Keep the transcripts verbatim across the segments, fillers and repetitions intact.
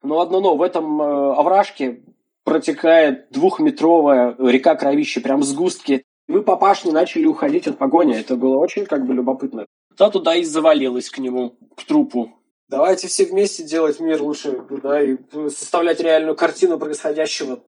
Но одно но, в этом э, овражке протекает двухметровая река кровища, прям сгустки. Вы по пашне начали уходить от погони. Это было очень как бы любопытно. Та туда и завалилась к нему, к трупу. Давайте все вместе делать мир лучше, да, и составлять реальную картину происходящего.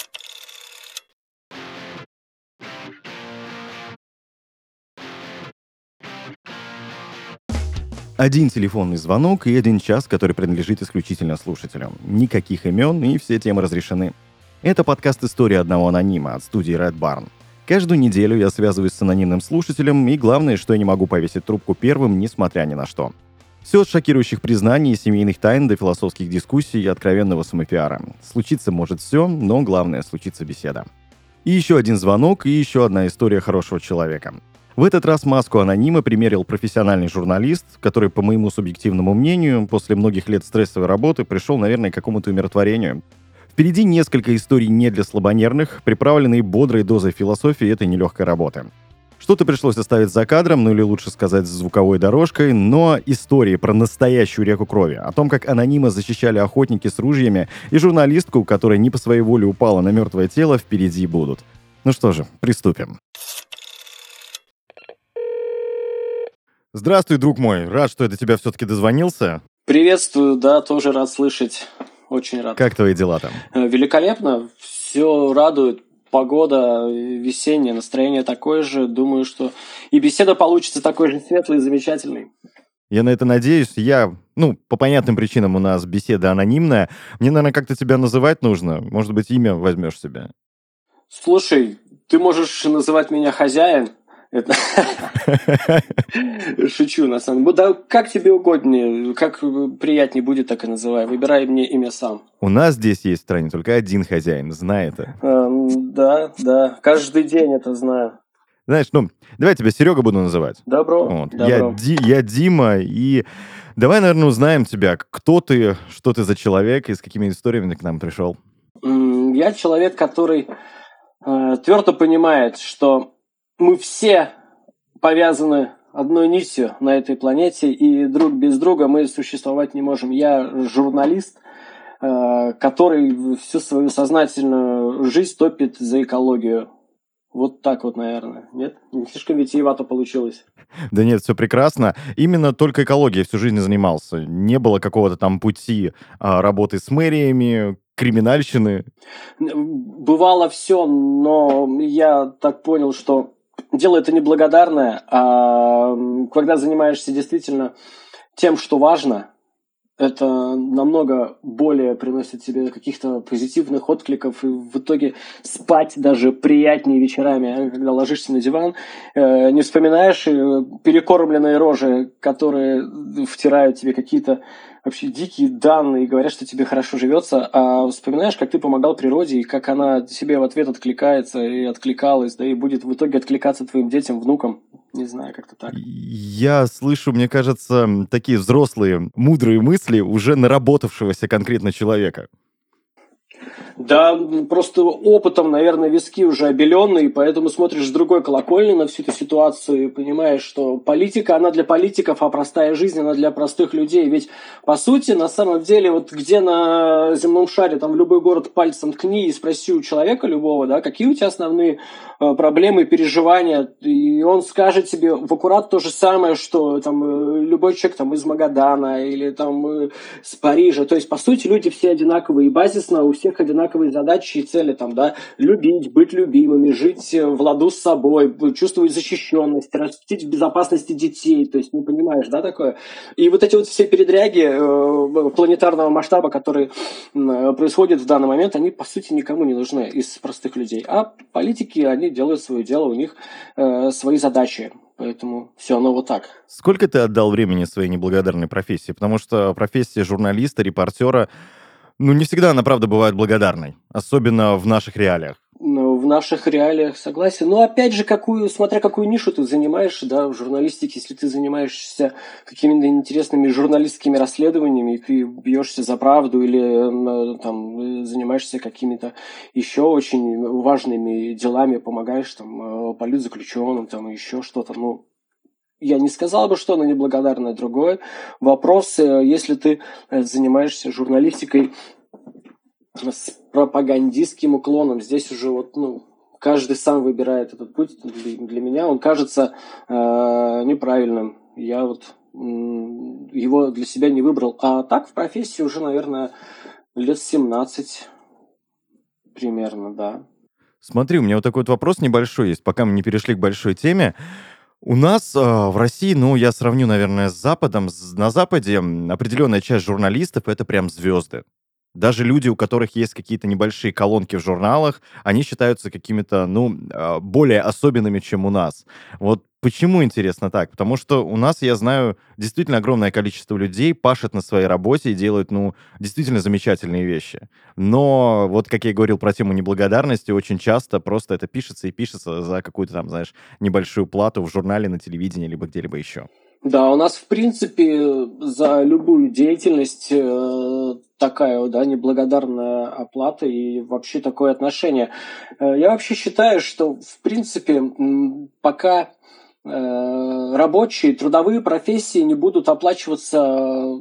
Один телефонный звонок и один час, который принадлежит исключительно слушателям. Никаких имен, и все темы разрешены. Это подкаст «История одного анонима» от студии Red Barn. Каждую неделю я связываюсь с анонимным слушателем, и главное, что я не могу повесить трубку первым, несмотря ни на что. Все от шокирующих признаний и семейных тайн до философских дискуссий и откровенного самопиара. Случиться может все, но главное — случится беседа. И еще один звонок, и еще одна история хорошего человека. В этот раз маску анонима примерил профессиональный журналист, который, по моему субъективному мнению, после многих лет стрессовой работы пришел, наверное, к какому-то умиротворению. Впереди несколько историй не для слабонервных, приправленные бодрой дозой философии этой нелегкой работы. Что-то пришлось оставить за кадром, ну или лучше сказать, звуковой дорожкой, но истории про настоящую реку крови, о том, как анонима защищали охотники с ружьями и журналистку, которая не по своей воле упала на мертвое тело, впереди будут. Ну что же, приступим. Здравствуй, друг мой. Рад, что я до тебя все-таки дозвонился. Приветствую, да, тоже рад слышать. Очень рад. Как твои дела там? Великолепно. Все радует. Погода весенняя, настроение такое же. Думаю, что и беседа получится такой же светлой и замечательной. Я на это надеюсь. Я, ну, по понятным причинам у нас беседа анонимная. Мне, наверное, как-то тебя называть нужно. Может быть, имя возьмешь себе? Слушай, ты можешь называть меня хозяин. Это... Шучу, на самом деле. Да как тебе угоднее, как приятнее будет, так и называй. Выбирай мне имя сам. У нас здесь есть в стране только один хозяин, знай это. Эм, да, да, каждый день это знаю. Знаешь, ну, давай тебя Серега буду называть. Добро, вот. добро. Я, Ди, я Дима, и давай, наверное, узнаем тебя. Кто ты, что ты за человек и с какими историями ты к нам пришел? Я человек, который э, твердо понимает, что мы все повязаны одной нитью на этой планете, и друг без друга мы существовать не можем. Я журналист, э, который всю свою сознательную жизнь топит за экологию. Вот так вот, наверное. Нет? Не слишком витиевато получилось. Да нет, все прекрасно. Именно только экологией всю жизнь занимался. Не было какого-то там пути а, работы с мэриями, криминальщины. Бывало все, но я так понял, что дело это неблагодарное, а когда занимаешься действительно тем, что важно, это намного более приносит тебе каких-то позитивных откликов, и в итоге спать даже приятнее вечерами, когда ложишься на диван, не вспоминаешь перекормленные рожи, которые втирают тебе какие-то вообще дикие данные и говорят, что тебе хорошо живется, а вспоминаешь, как ты помогал природе, и как она себе в ответ откликается и откликалась, да, и будет в итоге откликаться твоим детям, внукам. Не знаю, как-то так. Я слышу, мне кажется, такие взрослые, мудрые мысли уже наработавшегося конкретно человека. Да, просто опытом, наверное, виски уже обеленные, поэтому смотришь с другой колокольни на всю эту ситуацию и понимаешь, что политика, она для политиков, а простая жизнь, она для простых людей. Ведь, по сути, на самом деле, вот где на земном шаре, там в любой город пальцем ткни и спроси у человека любого, да, какие у тебя основные э, проблемы, переживания, и он скажет тебе в аккурат то же самое, что там э, любой человек там из Магадана или там э, с Парижа. То есть, по сути, люди все одинаковые, и базисно у всех одинаковые задачи и цели, там, да, любить, быть любимыми, жить в ладу с собой, чувствовать защищенность, растить в безопасности детей, то есть, ну, понимаешь, да, такое? И вот эти вот все передряги э, планетарного масштаба, которые э, происходят в данный момент, они, по сути, никому не нужны из простых людей. А политики, они делают свое дело, у них э, свои задачи. Поэтому все оно вот так. Сколько ты отдал времени своей неблагодарной профессии? Потому что профессия журналиста, репортера, ну, не всегда она, правда, бывает благодарной, особенно в наших реалиях. Ну, в наших реалиях согласен. Но опять же, какую, смотря какую нишу ты занимаешь, да, в журналистике, если ты занимаешься какими-то интересными журналистскими расследованиями, и ты бьешься за правду или там занимаешься какими-то еще очень важными делами, помогаешь там политзаключенным, там еще что-то, ну, я не сказал бы, что она неблагодарная. Другой вопрос, если ты занимаешься журналистикой с пропагандистским уклоном. Здесь уже вот, ну, каждый сам выбирает этот путь. Для меня он кажется э, неправильным. Я вот э, его для себя не выбрал. А так в профессии уже, наверное, лет семнадцать примерно, да. Смотри, у меня вот такой вот вопрос небольшой есть, пока мы не перешли к большой теме. У нас э, в России, ну, я сравню, наверное, с Западом. На Западе определенная часть журналистов — это прям звезды. Даже люди, у которых есть какие-то небольшие колонки в журналах, они считаются какими-то, ну, э, более особенными, чем у нас. Вот почему, интересно, так? Потому что у нас, я знаю, действительно огромное количество людей пашет на своей работе и делают, ну, действительно замечательные вещи. Но вот, как я и говорил про тему неблагодарности, очень часто просто это пишется и пишется за какую-то там, знаешь, небольшую плату в журнале, на телевидении, либо где-либо еще. Да, у нас, в принципе, за любую деятельность э, такая, да, неблагодарная оплата и вообще такое отношение. Э, я вообще считаю, что, в принципе, м, пока э, рабочие, трудовые профессии не будут оплачиваться,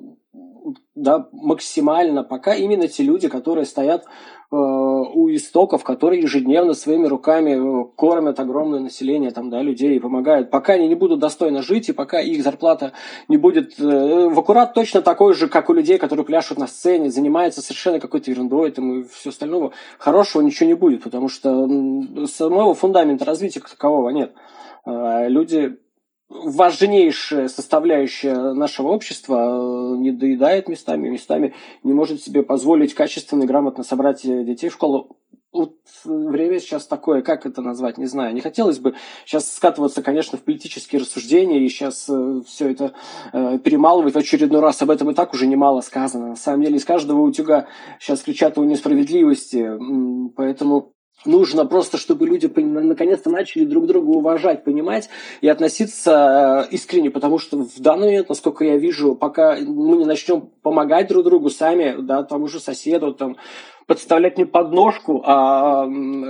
да, максимально, пока именно те люди, которые стоят э, у истоков, которые ежедневно своими руками кормят огромное население, там, да, людей и помогают, пока они не будут достойно жить, и пока их зарплата не будет э, в аккурат точно такой же, как у людей, которые пляшут на сцене, занимаются совершенно какой-то ерундой там, и все остальное, хорошего ничего не будет, потому что самого фундамента развития как такового нет. Э, люди... важнейшая составляющая нашего общества не доедает местами, местами не может себе позволить качественно и грамотно собрать детей в школу. Вот время сейчас такое, как это назвать, не знаю. Не хотелось бы сейчас скатываться, конечно, в политические рассуждения и сейчас э, все это э, перемалывать в очередной раз. Об этом и так уже немало сказано. На самом деле из каждого утюга сейчас кричат о несправедливости, поэтому... Нужно просто, чтобы люди наконец-то начали друг друга уважать, понимать и относиться искренне, потому что в данный момент, насколько я вижу, пока мы не начнем помогать друг другу сами, да, тому же соседу, там, подставлять не подножку, а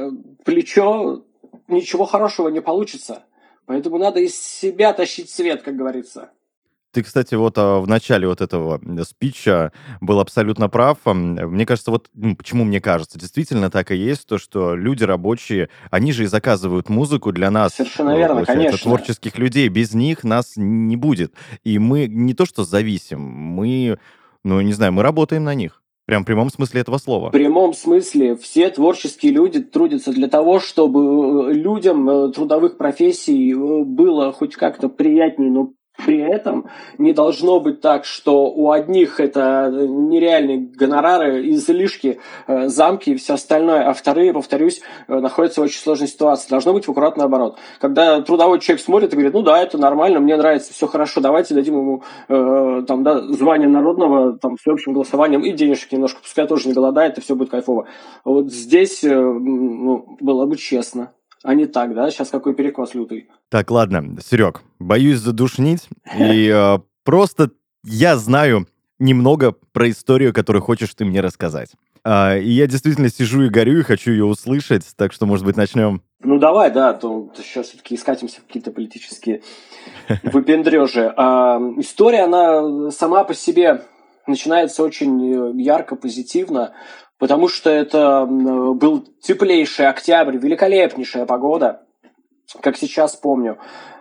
плечо, ничего хорошего не получится. Поэтому надо из себя тащить свет, как говорится. Ты, кстати, вот а, в начале вот этого спича был абсолютно прав. Мне кажется, вот ну, почему мне кажется, действительно так и есть, то, что люди рабочие, они же и заказывают музыку для нас, Совершенно верно, конечно. творческих людей. Без них нас не будет. И мы не то что зависим, мы, ну, не знаю, мы работаем на них. Прям в прямом смысле этого слова. В прямом смысле все творческие люди трудятся для того, чтобы людям трудовых профессий было хоть как-то приятнее, но при этом не должно быть так, что у одних это нереальные гонорары, излишки, замки и все остальное, а вторые, повторюсь, находятся в очень сложной ситуации. Должно быть в аккурат наоборот. Когда трудовой человек смотрит и говорит, ну да, это нормально, мне нравится, все хорошо, давайте дадим ему э, там, да, звание народного там, с всеобщим голосованием и денежек немножко, пускай тоже не голодает, и все будет кайфово. Вот здесь э, ну, было бы честно. А не так, да? Сейчас какой перекос лютый. Так, ладно, Серег, боюсь задушнить. И э, просто я знаю немного про историю, которую хочешь ты мне рассказать. А, и я действительно сижу и горю, и хочу ее услышать. Так что, может быть, начнем? Ну, давай, да, то сейчас все-таки скатимся в какие-то политические выпендрежи. А, история, она сама по себе начинается очень ярко, позитивно, потому что это был теплейший октябрь, великолепнейшая погода, как сейчас помню.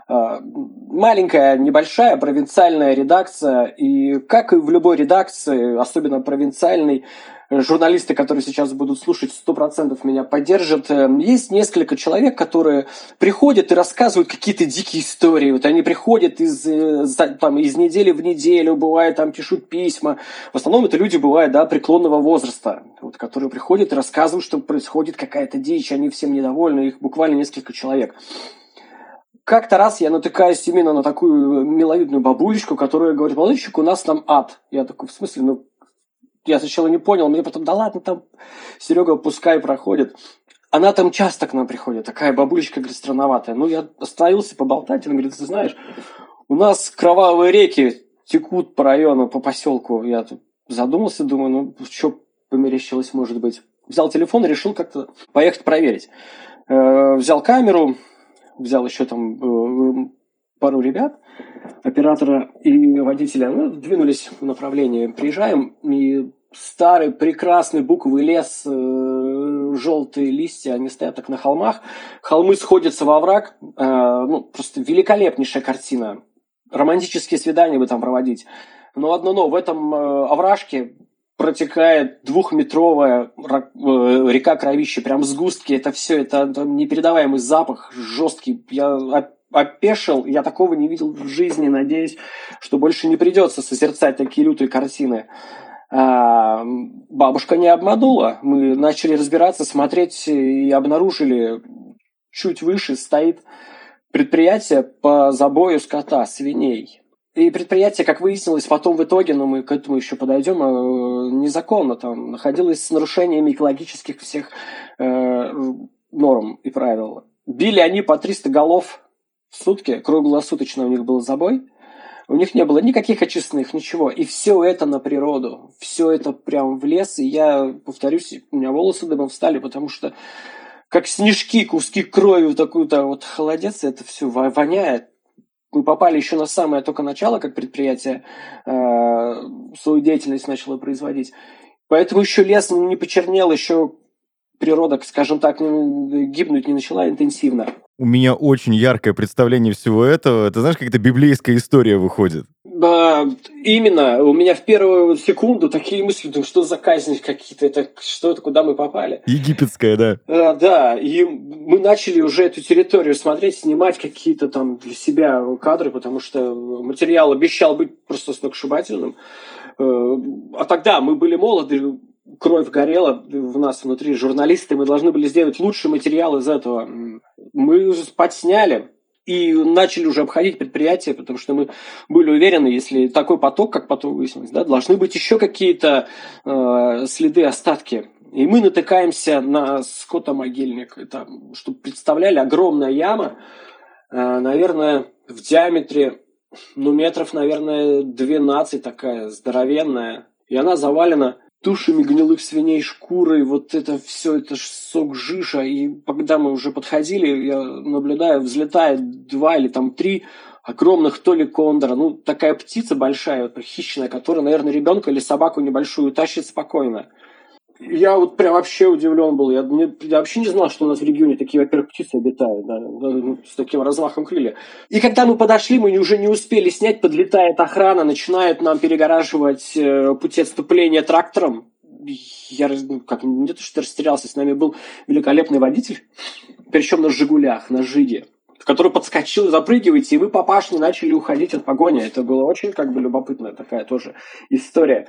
Маленькая, небольшая провинциальная редакция, и как и в любой редакции, особенно провинциальной, журналисты, которые сейчас будут слушать, сто процентов меня поддержат. Есть несколько человек, которые приходят и рассказывают какие-то дикие истории. Вот они приходят из, там, из недели в неделю, бывает, там пишут письма. В основном это люди, бывают, да, преклонного возраста, вот, которые приходят и рассказывают, что происходит какая-то дичь, они всем недовольны, их буквально несколько человек. Как-то раз я натыкаюсь именно на такую миловидную бабулечку, которая говорит, молодой человек, у нас там ад. Я такой, в смысле, ну, я сначала не понял, мне потом, да ладно, там, Серега, пускай проходит. Она там часто к нам приходит, такая бабулечка, говорит, странноватая. Ну, я остановился поболтать, она говорит, ты знаешь, у нас кровавые реки текут по району, по поселку. Я тут задумался, думаю, ну, что померещилось, может быть. Взял телефон и решил как-то поехать проверить. Э, взял камеру, взял еще там пару ребят, оператора и водителя, мы двинулись в направлении. Приезжаем, и старый прекрасный буковый лес, э, желтые листья, они стоят так на холмах. Холмы сходятся во овраг. Э, ну, просто великолепнейшая картина. Романтические свидания бы там проводить. Но одно но, в этом э, овражке протекает двухметровая река кровища, прям сгустки. Это все, это, это непередаваемый запах, жесткий. Я опешил, я такого не видел в жизни. Надеюсь, что больше не придется созерцать такие лютые картины. А, бабушка не обманула. Мы начали разбираться, смотреть и обнаружили, чуть выше стоит предприятие по забою скота, свиней. И предприятие, как выяснилось, потом в итоге, но мы к этому еще подойдем, незаконно там находилось с нарушениями экологических всех э, норм и правил. Били они по триста голов в сутки, круглосуточно у них был забой. У них не было никаких очистных, ничего. И все это на природу. Все это прям в лес. И я, повторюсь, у меня волосы дыбом встали, потому что как снежки, куски крови в такую-то вот холодец, это все воняет. Мы попали еще на самое только начало, как предприятие э, свою деятельность начало производить. Поэтому еще лес не почернел, еще природа, скажем так, гибнуть не начала интенсивно. У меня очень яркое представление всего этого. Это, знаешь, как-то библейская история выходит. Да, именно. У меня в первую секунду такие мысли, думаю, что за казни какие-то, это, что это, куда мы попали. Египетская, да. А, да, и мы начали уже эту территорию смотреть, снимать какие-то там для себя кадры, потому что материал обещал быть просто сногсшибательным. А тогда мы были молоды, кровь горела в нас внутри, журналисты, мы должны были сделать лучший материал из этого. Мы подсняли и начали уже обходить предприятие, потому что мы были уверены, если такой поток, как потом выяснилось, да, должны быть еще какие-то э, следы, остатки. И мы натыкаемся на скотомогильник. Это, чтобы представляли, огромная яма, э, наверное, в диаметре, ну, метров, наверное, двенадцать такая, здоровенная. И она завалена тушами гнилых свиней, шкурой, вот это все, это сок жижа. И когда мы уже подходили, я наблюдаю, взлетает два или там три огромных то ли кондора. Ну, такая птица большая, вот, хищная, которая, наверное, ребенка или собаку небольшую тащит спокойно. Я вот прям вообще удивлен был. Я, не, я вообще не знал, что у нас в регионе такие, во-первых, птицы обитают, да, с таким размахом крылья. И когда мы подошли, мы уже не успели снять, подлетает охрана, начинает нам перегораживать э, пути отступления трактором. Я как, не то что растерялся, с нами был великолепный водитель, причем на «Жигулях», на «Жиге», который подскочил, запрыгиваете, и вы по пашне начали уходить от погони. Это было очень как бы любопытная такая тоже история.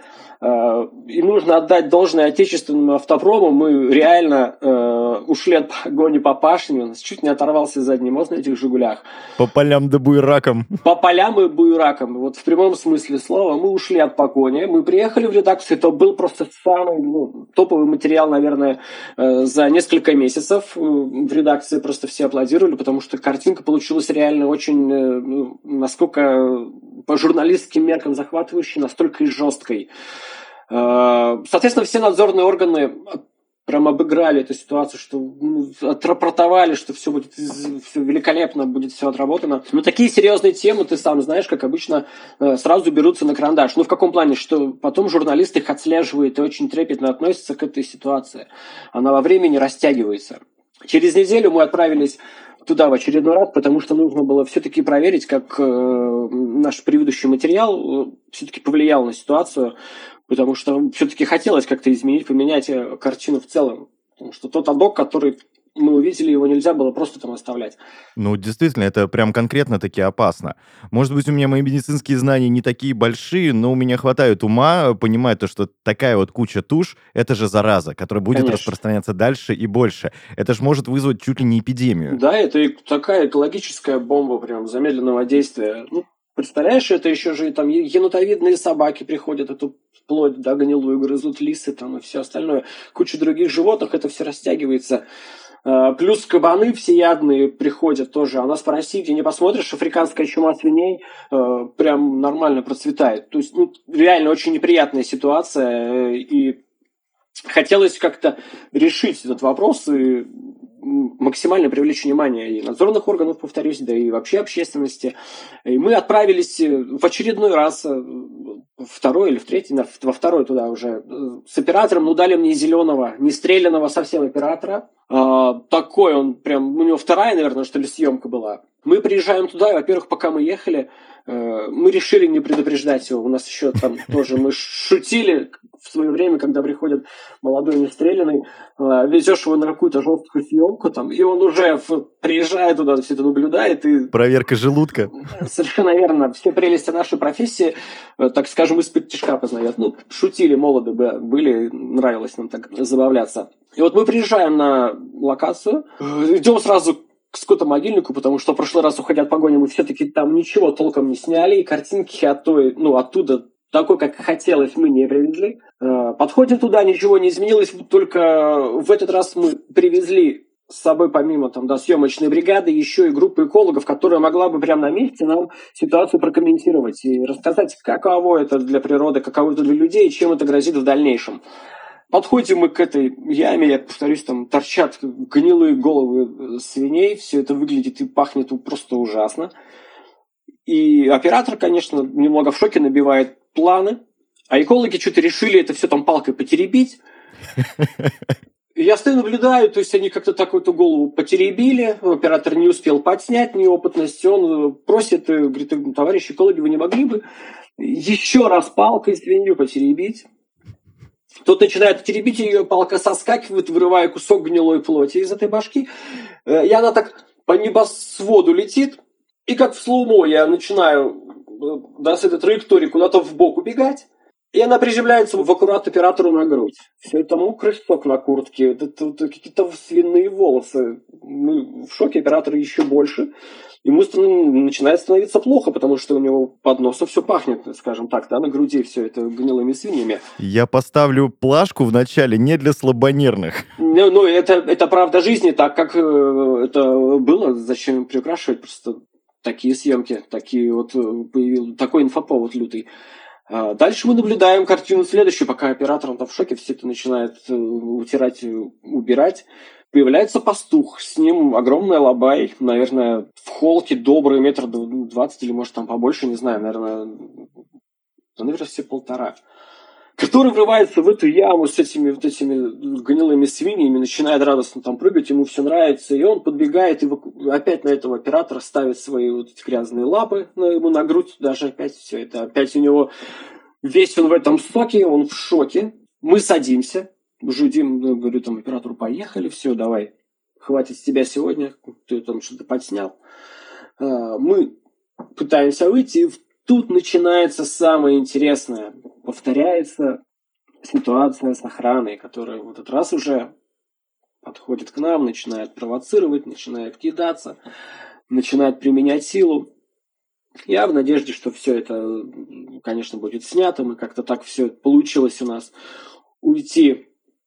И нужно отдать должное отечественному автопрому. Мы реально э, ушли от погони по пашне. У нас чуть не оторвался задний мост на этих «Жигулях». По полям да буеракам. По полям и буеракам. Вот в прямом смысле слова. Мы ушли от погони. Мы приехали в редакцию. Это был просто самый ну, топовый материал, наверное, э, за несколько месяцев. В редакции просто все аплодировали, потому что картина Картинка получилась реально очень, ну, насколько по журналистским меркам захватывающей, настолько и жесткой. Соответственно, все надзорные органы прям обыграли эту ситуацию, что ну, отрапортовали, что все будет все великолепно, будет все отработано. Но такие серьезные темы, ты сам знаешь, как обычно, сразу берутся на карандаш. Ну, в каком плане? Что потом журналист их отслеживает и очень трепетно относится к этой ситуации. Она во времени растягивается. Через неделю мы отправились туда в очередной раз, потому что нужно было все-таки проверить, как э, наш предыдущий материал э, все-таки повлиял на ситуацию, потому что все-таки хотелось как-то изменить, поменять картину в целом. Потому что тот адок, который мы увидели, его нельзя было просто там оставлять. Ну, действительно, это прям конкретно-таки опасно. Может быть, у меня мои медицинские знания не такие большие, но у меня хватает ума понимать то, что такая вот куча туш — это же зараза, которая будет Конечно. распространяться дальше и больше. Это же может вызвать чуть ли не эпидемию. Да, это и такая экологическая бомба прям замедленного действия. Ну, представляешь, это еще же там енотовидные собаки приходят, эту плоть, да, гнилую грызут, лисы там и все остальное. Куча других животных, это все растягивается. Плюс кабаны всеядные приходят тоже. А у нас по России, где не посмотришь, африканская чума свиней э, прям нормально процветает. То есть, ну, реально очень неприятная ситуация. И хотелось как-то решить этот вопрос. И максимально привлечь внимание и надзорных органов, повторюсь, да и вообще общественности. И мы отправились в очередной раз, второй или в третий, во второй туда уже, с оператором, ну, дали мне зеленого, не стрелянного совсем оператора. А, такой он прям, у него вторая, наверное, что ли, съемка была. Мы приезжаем туда, и, во-первых, пока мы ехали, мы решили не предупреждать его. У нас еще там тоже мы шутили в свое время, когда приходит молодой нестреляный, везешь его на какую-то жесткую съемку, там, и он уже приезжает туда, все это наблюдает. И... Проверка желудка. Совершенно верно. Все прелести нашей профессии, так скажем, из-под тишка познает. Ну, шутили, молоды были, нравилось нам так забавляться. И вот мы приезжаем на локацию, идем сразу к скотомогильнику, потому что в прошлый раз, уходя от погони, мы все-таки там ничего толком не сняли, и картинки от той, ну, оттуда такой, как хотелось, мы не привезли. Подходим туда, ничего не изменилось, только в этот раз мы привезли с собой, помимо там, да, съемочной бригады, еще и группу экологов, которая могла бы прямо на месте нам ситуацию прокомментировать и рассказать, каково это для природы, каково это для людей, и чем это грозит в дальнейшем. Подходим мы к этой яме, я повторюсь, там торчат гнилые головы свиней, все это выглядит и пахнет просто ужасно. И оператор, конечно, немного в шоке, набивает планы, а экологи что-то решили это все там палкой потеребить. И я стою, наблюдаю, то есть они как-то так эту голову потеребили, оператор не успел подснять неопытность, он просит, говорит, товарищи экологи, вы не могли бы еще раз палкой свинью потеребить? Тот начинает теребить ее, палка соскакивает, вырывая кусок гнилой плоти из этой башки. И она так по небосводу летит. И как в слоумо я начинаю да, с этой траектории куда-то в бок убегать. И она приземляется в аккурат оператору на грудь. Все это мокрый сок на куртке, это, это, это какие-то свиные волосы. Мы в шоке, оператор еще больше. Ему начинает становиться плохо, потому что у него под носом все пахнет, скажем так, да, на груди все это гнилыми свиньями. Я поставлю плашку вначале не для слабонервных. Ну, ну это, это правда жизни, так как э, это было, зачем приукрашивать, просто такие съемки, такие вот появился, такой инфоповод лютый. А дальше мы наблюдаем картину следующую, пока оператор он там в шоке, все это начинает утирать, убирать. Появляется пастух, с ним огромный алабай, наверное, в холке добрый метр двадцать или, может, там побольше, не знаю, наверное, наверное, все полтора, который врывается в эту яму с этими вот этими гнилыми свиньями, начинает радостно там прыгать, ему все нравится, и он подбегает и опять на этого оператора ставит свои вот эти грязные лапы на, ему на грудь, даже опять все это, опять у него весь он в этом соке, он в шоке. Мы садимся. Жудим, говорю там оператору, поехали, все, давай, хватит с тебя сегодня, ты там что-то подснял. Мы пытаемся выйти, и тут начинается самое интересное. Повторяется ситуация с охраной, которая в этот раз уже подходит к нам, начинает провоцировать, начинает кидаться, начинает применять силу. Я в надежде, что все это, конечно, будет снято, мы как-то так все получилось у нас уйти,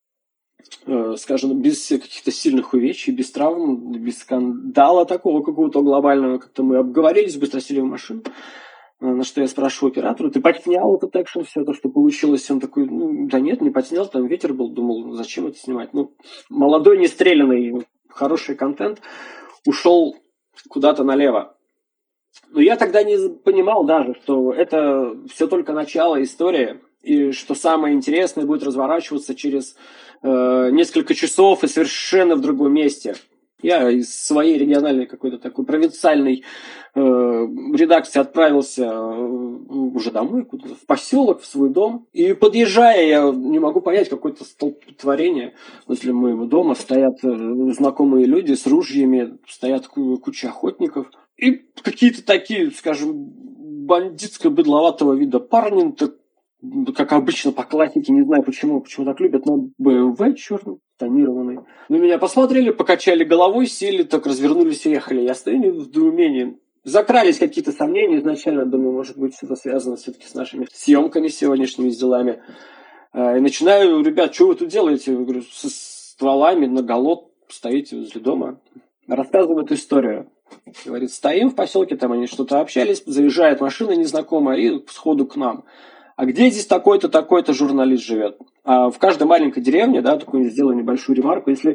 скажем, без каких-то сильных увечий, без травм, без скандала такого какого-то глобального. Как-то мы обговорились, быстро сели в машину. На что я спрашиваю оператора, ты подснял этот экшен, все то, что получилось? Он такой, ну, да нет, не подснял, там ветер был, думал, зачем это снимать? Ну, молодой, нестрелянный, хороший контент, ушел куда-то налево. Но я тогда не понимал даже, что это все только начало истории, и что самое интересное будет разворачиваться через э, несколько часов и совершенно в другом месте. Я из своей региональной какой-то такой провинциальной э, редакции отправился э, уже домой, куда-то в поселок, в свой дом. И подъезжая, я не могу понять, какое-то столпотворение. Возле моего дома стоят э, знакомые люди с ружьями, стоят куча охотников. И какие-то такие, скажем, бандитско-быдловатого вида парни, как обычно по классике, не знаю почему, почему так любят, но бэ эм вэ черный, тонированный. На меня посмотрели, покачали головой, сели, так развернулись и ехали. Я стою в недоумении. Закрались какие-то сомнения изначально, думаю, может быть, что-то связано все-таки с нашими съемками сегодняшними, с делами. И начинаю, ребят, что вы тут делаете? Я говорю, со стволами наголо стоите возле дома. Рассказываю эту историю. Говорит, стоим в поселке, там они что-то общались, заезжает машина незнакомая и сходу к нам. А где здесь такой-то, такой-то журналист живет? А в каждой маленькой деревне, да, такую сделаю небольшую ремарку, если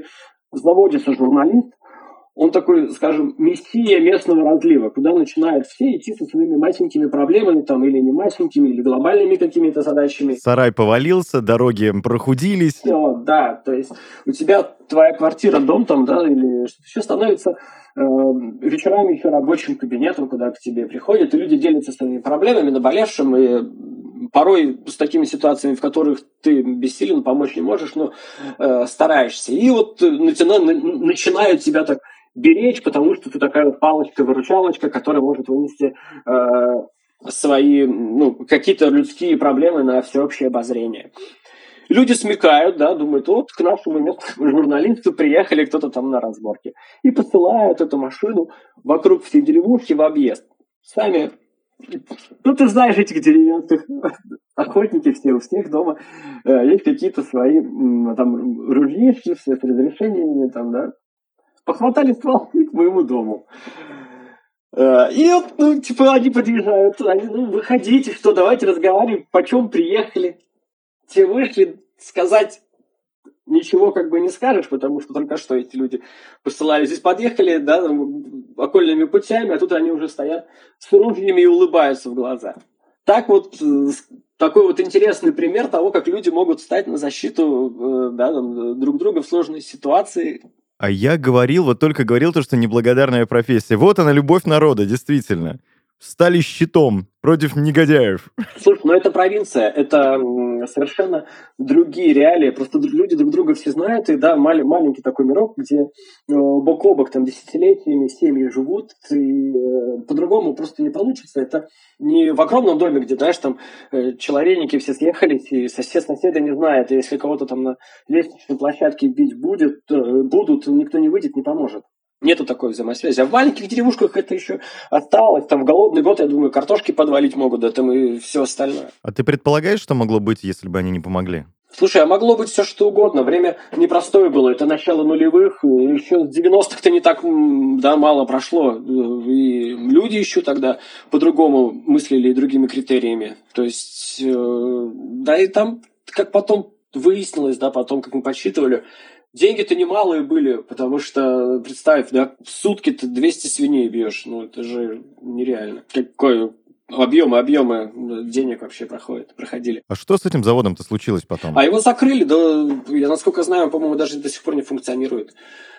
заводится журналист, он такой, скажем, мессия местного разлива, куда начинают все идти со своими масенькими проблемами, там, или не масенькими, или глобальными какими-то задачами. Сарай повалился, дороги прохудились. Все, да, то есть у тебя твоя квартира, дом там, да, или что-то еще становится э, вечерами еще рабочим кабинетом, куда к тебе приходят, и люди делятся своими проблемами, наболевшим, и порой с такими ситуациями, в которых ты бессилен, помочь не можешь, но э, стараешься. И вот начина, начинают тебя так беречь, потому что ты такая вот палочка-выручалочка, которая может вынести э, свои, ну, какие-то людские проблемы на всеобщее обозрение. Люди смекают, да, думают, вот к нашему местному журналисту приехали кто-то там на разборке. И посылают эту машину вокруг всей деревушки в объезд. Сами, ну ты знаешь этих деревенских охотники, все, у всех дома э, есть какие-то свои там ружьишки, все с разрешениями, там, да. Похватали стволы к моему дому. И вот, ну, типа, они подъезжают, они, ну, выходите, что, давайте разговариваем, почем приехали. Те вышли, сказать ничего как бы не скажешь, потому что только что эти люди посылали. Здесь подъехали, да, окольными путями, а тут они уже стоят с ружьями и улыбаются в глаза. Так вот, такой вот интересный пример того, как люди могут встать на защиту, да, там, друг друга в сложной ситуации. А я говорил, вот только говорил то, что неблагодарная профессия. Вот она, любовь народа, действительно. Стали щитом против негодяев. Слушай, ну это провинция, это совершенно другие реалии. Просто люди друг друга все знают, и да, мал- маленький такой мирок, где бок о бок там десятилетиями семьи живут, и э, по-другому просто не получится. Это не в огромном доме, где, знаешь, там э, человейники все съехались, и сосед соседа не знает, и если кого-то там на лестничной площадке бить будет, э, будут, никто не выйдет, не поможет. Нету такой взаимосвязи. А в маленьких деревушках это еще осталось. Там в голодный год, я думаю, картошки подвалить могут, да там и все остальное. А ты предполагаешь, что могло быть, если бы они не помогли? Слушай, а могло быть все что угодно. Время непростое было. Это начало нулевых. Еще с девяностых-то не так, да, мало прошло. И люди еще тогда по-другому мыслили и другими критериями. То есть, да, и там, как потом выяснилось, да, потом, как мы подсчитывали, деньги-то немалые были, потому что, представь, да, в сутки ты двести свиней бьешь. Ну, это же нереально. Какой объемы, объемы денег вообще проходят, проходили. А что с этим заводом-то случилось потом? А его закрыли, да, я, насколько знаю, по-моему, даже до сих пор не функционирует.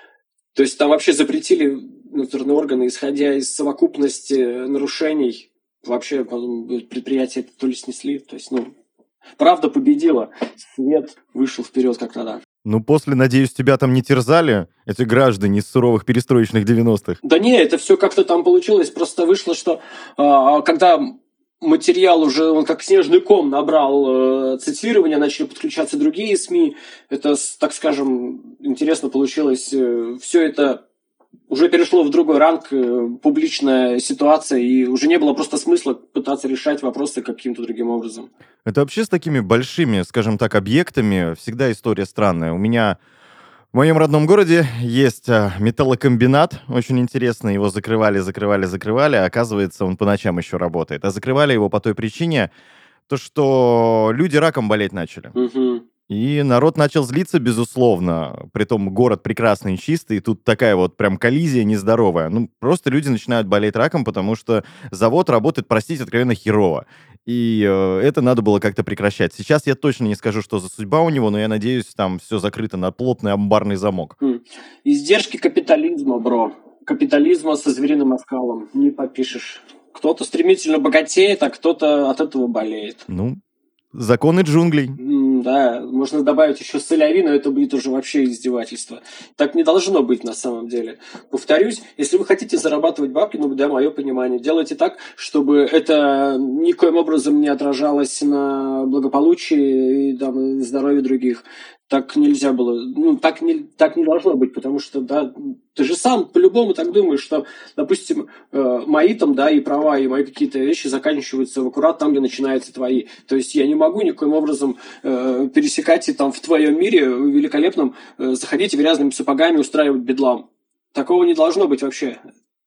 То есть там вообще запретили надзорные органы, исходя из совокупности нарушений, вообще предприятие то ли снесли. То есть, ну, правда победила, свет вышел вперед, как надо. Ну, после, надеюсь, тебя там не терзали эти граждане из суровых перестроечных девяностых? Да не, это все как-то там получилось. Просто вышло, что э, когда материал уже, он как снежный ком набрал э, цитирования, начали подключаться другие СМИ. Это, так скажем, интересно получилось. Э, все это уже перешло в другой ранг, э, публичная ситуация, и уже не было просто смысла пытаться решать вопросы каким-то другим образом. Это вообще с такими большими, скажем так, объектами всегда история странная. У меня в моем родном городе есть металлокомбинат, очень интересный. Его закрывали, закрывали, закрывали, а оказывается, он по ночам еще работает. А закрывали его по той причине, то что люди раком болеть начали. Угу. И народ начал злиться, безусловно. Притом город прекрасный и чистый, и тут такая вот прям коллизия нездоровая. Ну, просто люди начинают болеть раком, потому что завод работает, простите, откровенно херово. И э, это надо было как-то прекращать. Сейчас я точно не скажу, что за судьба у него, но я надеюсь, там все закрыто на плотный амбарный замок. Издержки капитализма, бро. Капитализма со звериным оскалом. Не попишешь. Кто-то стремительно богатеет, а кто-то от этого болеет. Ну, законы джунглей. Да, можно добавить еще соляви, но это будет уже вообще издевательство. Так не должно быть на самом деле. Повторюсь, если вы хотите зарабатывать бабки, ну да, мое понимание, делайте так, чтобы это никоим образом не отражалось на благополучии и там, здоровье других. Так нельзя было, ну, так не, так не должно быть, потому что, да, ты же сам по-любому так думаешь, что, допустим, э, мои там, да, и права, и мои какие-то вещи заканчиваются в аккурат там, где начинаются твои. То есть я не могу никоим образом э, пересекать и там в твоем мире великолепном э, заходить грязными сапогами, устраивать бедлам. Такого не должно быть вообще.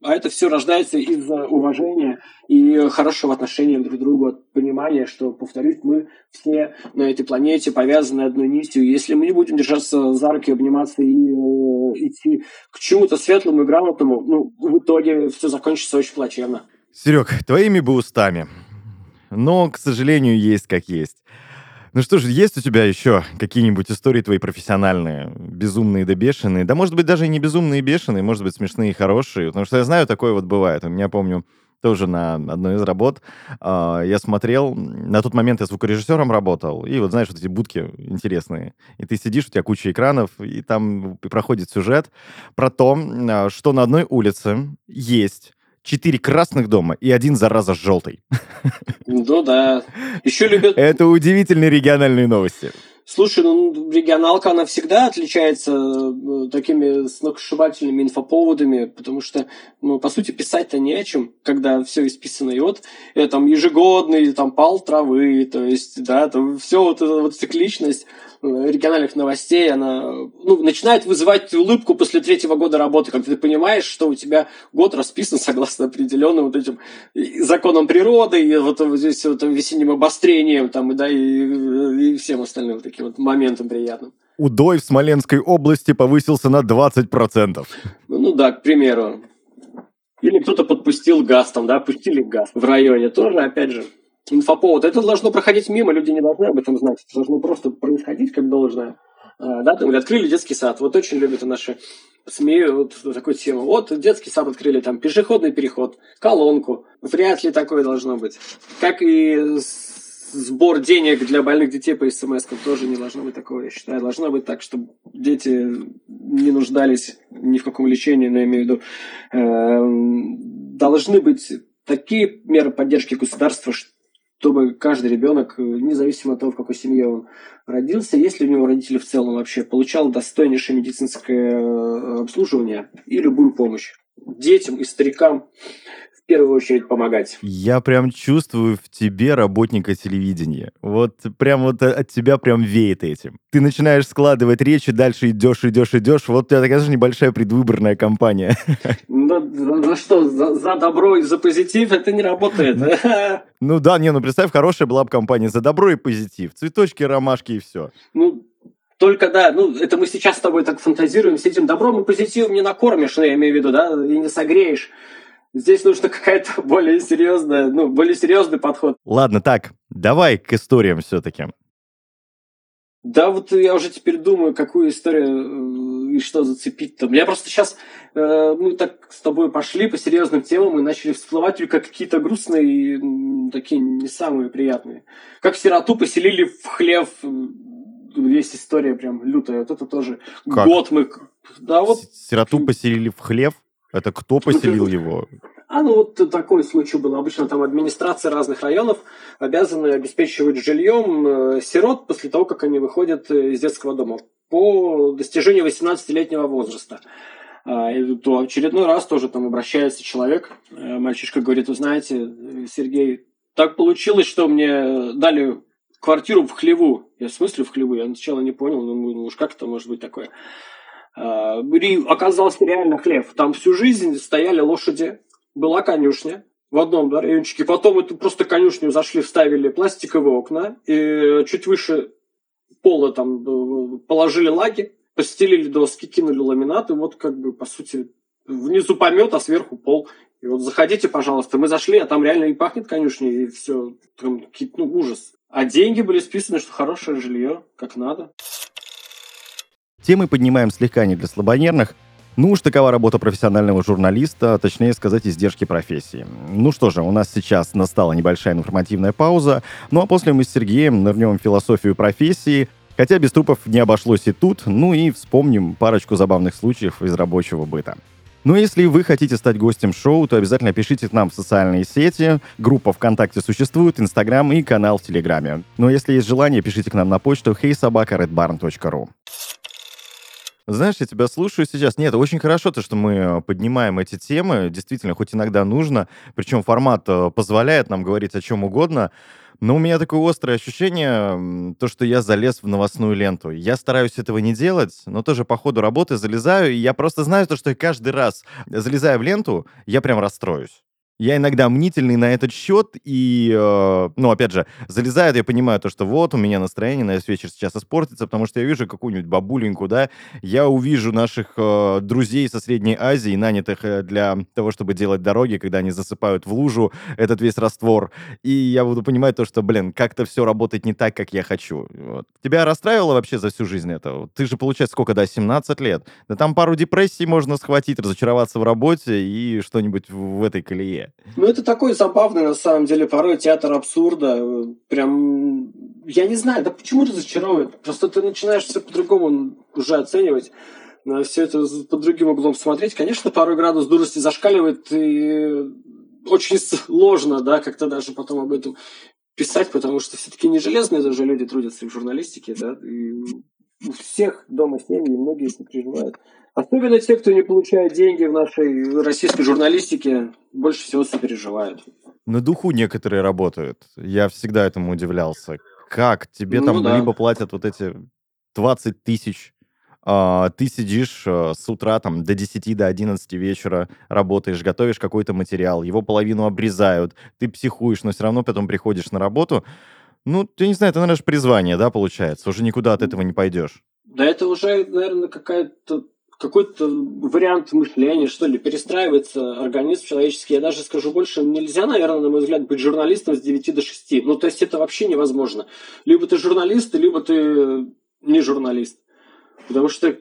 А это все рождается из уважения и хорошего отношения друг к другу, от понимания, что, повторюсь, мы все на этой планете повязаны одной нитью. Если мы не будем держаться за руки, обниматься и э, идти к чему-то светлому и грамотному, ну, в итоге все закончится очень плачевно. Серег, твоими бы устами. Но, к сожалению, есть как есть. Ну что ж, есть у тебя еще какие-нибудь истории твои профессиональные, безумные да бешеные? Да, может быть, даже и не безумные и бешеные, может быть, смешные и хорошие. Потому что я знаю, такое вот бывает. У меня, помню, тоже на одной из работ э, я смотрел, на тот момент я звукорежиссером работал, и вот знаешь, вот эти будки интересные. И ты сидишь, у тебя куча экранов, и там проходит сюжет про то, э, что на одной улице есть четыре красных дома и один, зараза, желтый. Ну да. Еще любят... Это удивительные региональные новости. Слушай, ну, регионалка, она всегда отличается э, такими сногсшибательными инфоповодами, потому что, ну, по сути, писать-то не о чем, когда все исписано. И вот э, там ежегодный там пал травы, то есть, да, там все вот эта вот цикличность э, региональных новостей, она, ну, начинает вызывать улыбку после третьего года работы, когда ты понимаешь, что у тебя год расписан согласно определенным вот этим законам природы, и вот здесь вот весенним обострением, там, и, да, и, и всем остальным вот таким вот моментом приятным. Удой в Смоленской области повысился на двадцать процентов. Ну, ну да, к примеру. Или кто-то подпустил газ, там, да, пустили газ в районе. Тоже, опять же, инфоповод. Это должно проходить мимо, люди не должны об этом знать. Это должно просто происходить как должное. А, да, там, или открыли детский сад. Вот очень любят наши СМИ вот такую тему. Вот детский сад открыли, там, пешеходный переход, колонку. Вряд ли такое должно быть. Как и сбор денег для больных детей по смс-кам тоже не должно быть такого, я считаю. Должно быть так, чтобы дети не нуждались ни в каком лечении, но я имею в виду, э, должны быть такие меры поддержки государства, чтобы каждый ребенок, независимо от того, в какой семье он родился, если у него родители в целом вообще, получал достойнейшее медицинское обслуживание и любую помощь. Детям и старикам в первую очередь помогать. Я прям чувствую в тебе работника телевидения. Вот прям вот от тебя прям веет этим. Ты начинаешь складывать речи, дальше идешь, идешь, идешь. Вот у тебя такая же небольшая предвыборная кампания. Ну, за, за что? За, за добро и за позитив это не работает. Ну да, не, ну представь, хорошая была бы кампания за добро и позитив. Цветочки, ромашки и все. Ну, только, да, ну, это мы сейчас с тобой так фантазируем, с этим добром и позитивом не накормишь, ну, я имею в виду, да, и не согреешь. Здесь нужно какая-то более серьезная, ну, более серьезный подход. Ладно, так, давай к историям все-таки. Да, вот я уже теперь думаю, какую историю и что зацепить-то. Я просто сейчас, э, мы так с тобой пошли по серьезным темам и начали всплывать только какие-то грустные и такие не самые приятные. Как сироту поселили в хлев. Есть история прям лютая. Вот это тоже как? Год мы... Да, вот... Сироту поселили в хлев? Это кто поселил его? А ну вот такой случай был. Обычно там администрации разных районов обязаны обеспечивать жильем сирот после того, как они выходят из детского дома по достижению восемнадцатилетнего возраста. И то очередной раз тоже там обращается человек, мальчишка говорит: вы знаете, Сергей, так получилось, что мне дали квартиру в хлеву. Я в смысле в хлеву? Я сначала не понял, ну уж как это может быть такое? И оказался реально хлев. Там всю жизнь стояли лошади, была конюшня в одном, да, райончике. Потом эту просто конюшню зашли, вставили пластиковые окна, и чуть выше пола там положили лаги, постелили доски, кинули ламинат, и вот как бы, по сути, внизу помет, а сверху пол. И вот заходите, пожалуйста. Мы зашли, а там реально и пахнет конюшней, и все, там, ну, ужас. А деньги были списаны, что хорошее жилье, как надо. Темы поднимаем слегка не для слабонервных. Ну уж такова работа профессионального журналиста, точнее сказать, издержки профессии. Ну что же, у нас сейчас настала небольшая информативная пауза, ну а после мы с Сергеем нырнем в философию профессии, хотя без трупов не обошлось и тут, ну и вспомним парочку забавных случаев из рабочего быта. Но если вы хотите стать гостем шоу, то обязательно пишите к нам в социальные сети. Группа ВКонтакте существует, Инстаграм и канал в Телеграме. Но если есть желание, пишите к нам на почту хей собака ред барн точка ру. Знаешь, я тебя слушаю сейчас. Нет, очень хорошо то, что мы поднимаем эти темы. Действительно, хоть иногда нужно. Причем формат позволяет нам говорить о чем угодно. Но у меня такое острое ощущение, м, то, что я залез в новостную ленту. Я стараюсь этого не делать, но тоже по ходу работы залезаю, и я просто знаю то, что каждый раз, залезая в ленту, я прям расстроюсь. Я иногда мнительный на этот счет, и, э, ну, опять же, залезаю, я понимаю то, что вот, у меня настроение на весь вечер сейчас испортится, потому что я вижу какую-нибудь бабуленьку, да, я увижу наших э, друзей со Средней Азии, нанятых э, для того, чтобы делать дороги, когда они засыпают в лужу этот весь раствор, и я буду понимать то, что, блин, как-то все работает не так, как я хочу. Вот. Тебя расстраивало вообще за всю жизнь это? Вот ты же, получается, сколько, да, семнадцать лет? Да там пару депрессий можно схватить, разочароваться в работе и что-нибудь в, в этой колее. Ну, это такой забавный, на самом деле, порой театр абсурда. Прям, я не знаю, да почему разочаровывает? Просто ты начинаешь все по-другому уже оценивать, на все это под другим углом смотреть. Конечно, порой градус дурости зашкаливает, и очень сложно, да, как-то даже потом об этом писать, потому что все-таки не железные даже люди трудятся в журналистике, да, и у всех дома семьи, и многие это переживают. Особенно те, кто не получает деньги в нашей российской журналистике, больше всего сопереживают. На духу некоторые работают. Я всегда этому удивлялся. Как? Тебе Ну там да. либо платят вот эти двадцать тысяч, а, ты сидишь а, с утра там до десяти, до одиннадцати вечера, работаешь, готовишь какой-то материал, его половину обрезают, ты психуешь, но все равно потом приходишь на работу. Ну, я не знаю, это, наверное, ж призвание, да, получается? Уже никуда от этого не пойдешь. Да это уже, наверное, какая-то какой-то вариант мышления, что ли, перестраивается организм человеческий. Я даже скажу больше, нельзя, наверное, на мой взгляд, быть журналистом с девяти до шести. Ну, то есть это вообще невозможно. Либо ты журналист, либо ты не журналист. Потому что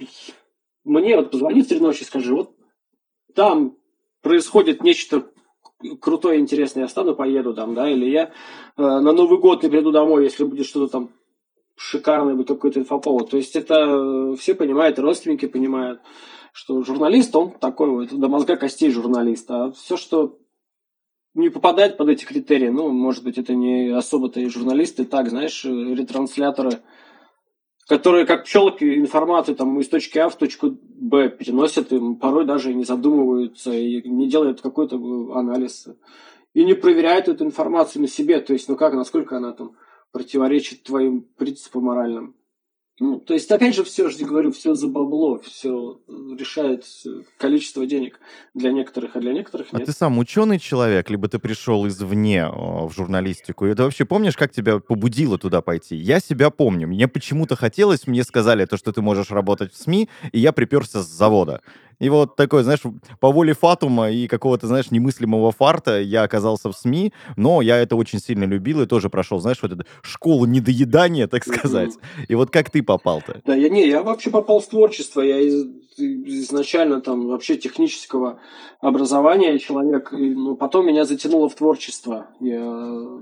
мне вот позвони в три ночи и скажи, вот там происходит нечто крутое, интересное, я встану, поеду там, да, или я э, на Новый год не приду домой, если будет что-то там шикарный бы какой-то инфоповод. То есть это все понимают, родственники понимают, что журналист, он такой вот, до мозга костей журналист. А все, что не попадает под эти критерии, ну, может быть, это не особо-то и журналисты, так, знаешь, ретрансляторы, которые, как пчелки, информацию там, из точки А в точку Б переносят, и порой даже не задумываются, и не делают какой-то анализ. И не проверяют эту информацию на себе. То есть, ну как, насколько она там противоречит твоим принципам моральным. Ну, то есть, опять же, все, же говорю, все за бабло, все решает количество денег для некоторых, а для некоторых нет. А ты сам ученый человек, либо ты пришел извне о, в журналистику? И ты вообще помнишь, как тебя побудило туда пойти? Я себя помню. Мне почему-то хотелось, мне сказали то, что ты можешь работать в СМИ, и я приперся с завода. И вот такой, знаешь, по воле фатума и какого-то, знаешь, немыслимого фарта я оказался в СМИ, но я это очень сильно любил и тоже прошел, знаешь, вот эту школу недоедания, так сказать. Mm-hmm. И вот как ты попал-то? Да, я не, я вообще попал в творчество. Я из, изначально там вообще технического образования человек, и, ну, потом меня затянуло в творчество. Я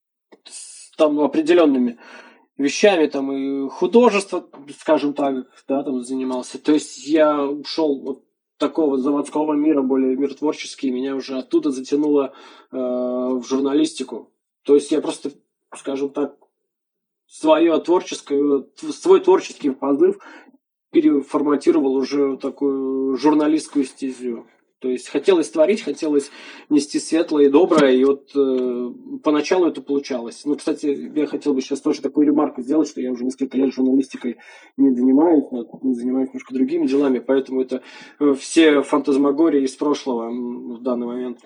там определенными вещами, там и художество, скажем так, да, там занимался. То есть я ушел от такого заводского мира, более мир творческий, меня уже оттуда затянуло э, в журналистику. То есть я просто, скажем так, свое творческое, свой творческий позыв переформатировал уже такую журналистскую стезю. То есть хотелось творить, хотелось нести светлое и доброе, и вот э, поначалу это получалось. Ну, кстати, я хотел бы сейчас тоже такую ремарку сделать, что я уже несколько лет журналистикой не занимаюсь, но занимаюсь немножко другими делами, поэтому это э, все фантазмагории из прошлого в данный момент.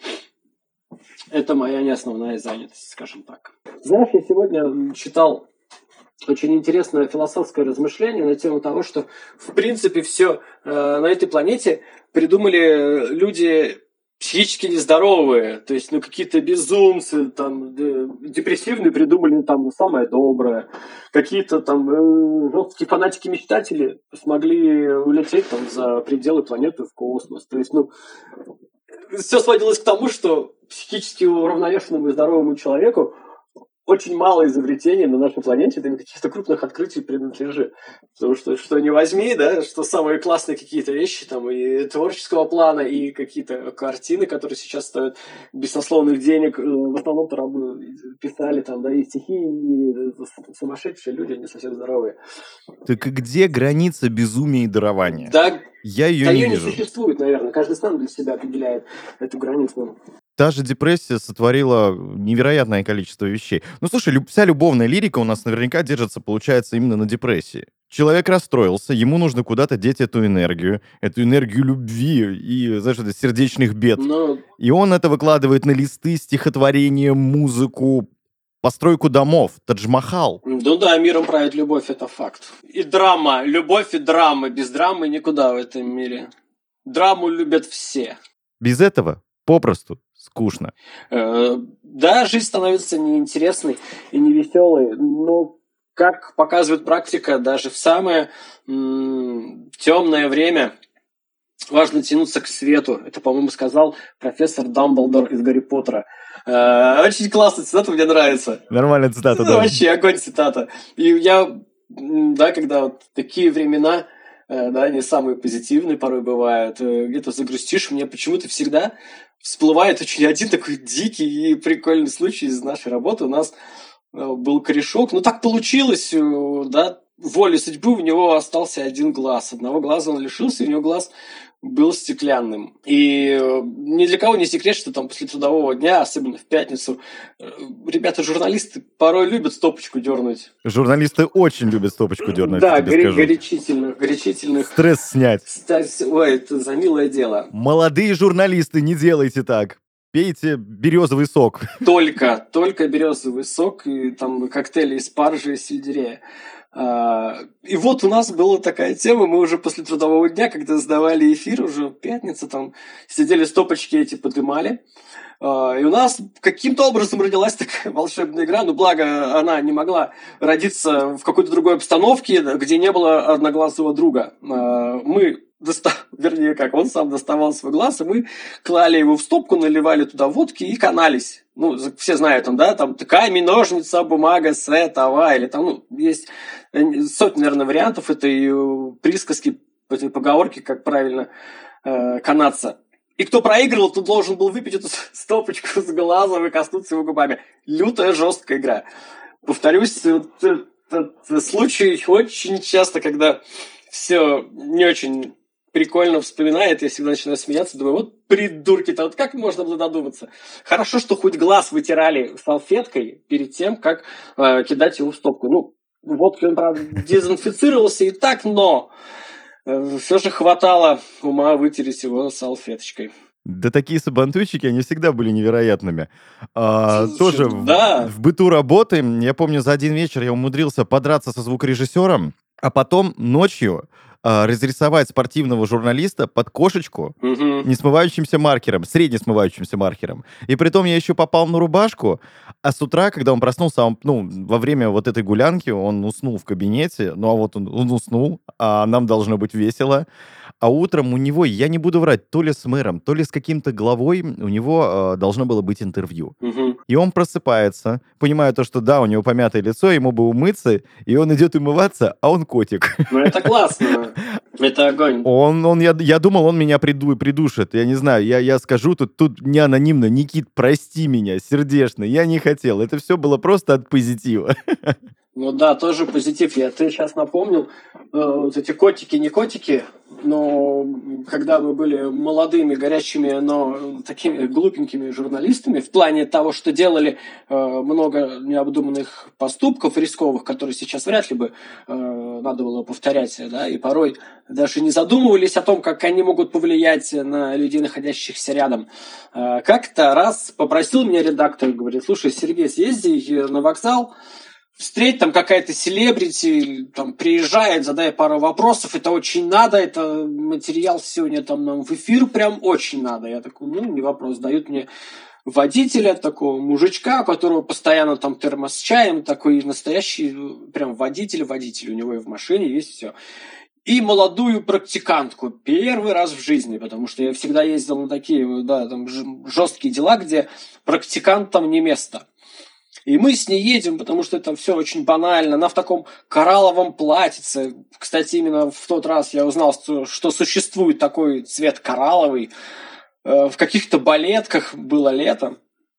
Это моя не основная занятость, скажем так. Знаешь, я сегодня читал очень интересное философское размышление на тему того, что в принципе все э, на этой планете придумали люди психически нездоровые, то есть ну какие-то безумцы, там депрессивные придумали там самое доброе, какие-то там э, жесткие фанатики-мечтатели смогли улететь там за пределы планеты в космос. То есть ну все сводилось к тому, что психически уравновешенному и здоровому человеку очень мало изобретений на нашей планете, это каких-то крупных открытий принадлежит. Потому что что не возьми, да, что самые классные какие-то вещи там и творческого плана, и какие-то картины, которые сейчас стоят бессословных денег, в основном-то рабы писали там, да, и стихи, и сумасшедшие люди, не совсем здоровые. Так где граница безумия и дарования? Да, я ее да не ее вижу. Не существует, наверное. Каждый сам для себя определяет эту границу. та же депрессия сотворила невероятное количество вещей. Ну, слушай, люб- вся любовная лирика у нас наверняка держится, получается, именно на депрессии. Человек расстроился, ему нужно куда-то деть эту энергию, эту энергию любви и, знаешь, это, сердечных бед. Но, И он это выкладывает на листы, стихотворение, музыку, постройку домов, Тадж-Махал. ну да, миром правит любовь, это факт. И драма, любовь и драма. Без драмы никуда в этом мире. Драму любят все. Без этого попросту скучно. Э, Да, жизнь становится неинтересной и невеселой, но, как показывает практика, даже в самое м- темное время важно тянуться к свету. Это, по-моему, сказал профессор Дамблдор из Гарри Поттера. Э, Очень классная цитата, мне нравится. Нормальная цитата, Ну, да. вообще, огонь цитата. И я, м, да, когда вот такие времена, э, да, они самые позитивные порой бывают, э, где-то загрустишь, мне почему-то всегда всплывает очень один такой дикий и прикольный случай из нашей работы. У нас э, был корешок, ну так получилось, э, да, волей судьбы у него остался один глаз. Одного глаза он лишился, и у него глаз был стеклянным. И э, ни для кого не секрет, что там после трудового дня, особенно в пятницу, э, ребята-журналисты порой любят стопочку дернуть. Журналисты очень любят стопочку дернуть, Да, я тебе горе- скажу. горячительных, горячительных. Стресс снять. Кстати, ой, это за милое дело. Молодые журналисты, не делайте так. Пейте березовый сок. Только, только березовый сок и там коктейли из спаржи и сельдерея. А, И вот у нас была такая тема, мы уже после трудового дня, когда сдавали эфир, уже пятница, там сидели стопочки эти подымали. А, И у нас каким-то образом родилась такая волшебная игра, но благо она не могла родиться в какой-то другой обстановке, где не было одноглазого друга. А, Мы доста... вернее как, он сам доставал свой глаз, и мы клали его в стопку, наливали туда водки и канались. Ну, все знают, там, да, там, камень, ножница, бумага, сет, ава, или там, ну, есть сотни, наверное, вариантов этой присказки, этой поговорки, как правильно э, канаться. И кто проигрывал, тот должен был выпить эту стопочку с глазом и коснуться его губами. Лютая, жесткая игра. Повторюсь, вот этот случай очень часто, когда все не очень прикольно вспоминает, я всегда начинаю смеяться, думаю, вот придурки-то, вот как можно было додуматься? Хорошо, что хоть глаз вытирали салфеткой перед тем, как э, кидать его в стопку. Ну, водкой он, правда, дезинфицировался и так, но э, все же хватало ума вытереть его салфеточкой. Да такие сабантуйчики, они всегда были невероятными. А, Слушай, тоже в- да. в, быту работы, я помню, за один вечер я умудрился подраться со звукорежиссером, а потом ночью а, разрисовать спортивного журналиста под кошечку Мгм. несмывающимся маркером, среднесмывающимся маркером. И притом я еще попал на рубашку, а с утра, когда он проснулся, он, ну, во время вот этой гулянки, он уснул в кабинете, ну, а вот он, он уснул, а нам должно быть весело. А утром у него, я не буду врать, то ли с мэром, то ли с каким-то главой, у него э, должно было быть интервью. Мгм. И он просыпается, понимая то, что да, у него помятое лицо, ему бы умыться, и он идет умываться, а он котик. Ну, это классно. Это огонь. Он, он, я, я думал, он меня приду, придушит. Я не знаю, я, я скажу тут, тут не анонимно, Никит, прости меня, сердечно, я не хотел. Это все было просто от позитива. Ну да, тоже позитив. Я ты сейчас напомнил, э, вот эти котики, не котики, но когда мы были молодыми, горячими, но такими глупенькими журналистами, в плане того, что делали э, много необдуманных поступков рисковых, которые сейчас вряд ли бы э, надо было повторять, да, и порой даже не задумывались о том, как они могут повлиять на людей, находящихся рядом. Э, как-то раз попросил меня редактор, говорит, слушай, Сергей, съезди на вокзал, встреть, там какая-то селебрити, там приезжает, задает пару вопросов, это очень надо, это материал сегодня там нам в эфир прям очень надо. Я такой, ну, не вопрос, дают мне водителя, такого мужичка, у которого постоянно там термос с чаем, такой настоящий прям водитель-водитель, у него и в машине есть все. И молодую практикантку, первый раз в жизни, потому что я всегда ездил на такие, да, там жесткие дела, где практикантам не место. И мы с ней едем, потому что это все очень банально. Она в таком коралловом платьице. Кстати, именно в тот раз я узнал, что существует такой цвет коралловый. В каких-то балетках было лето.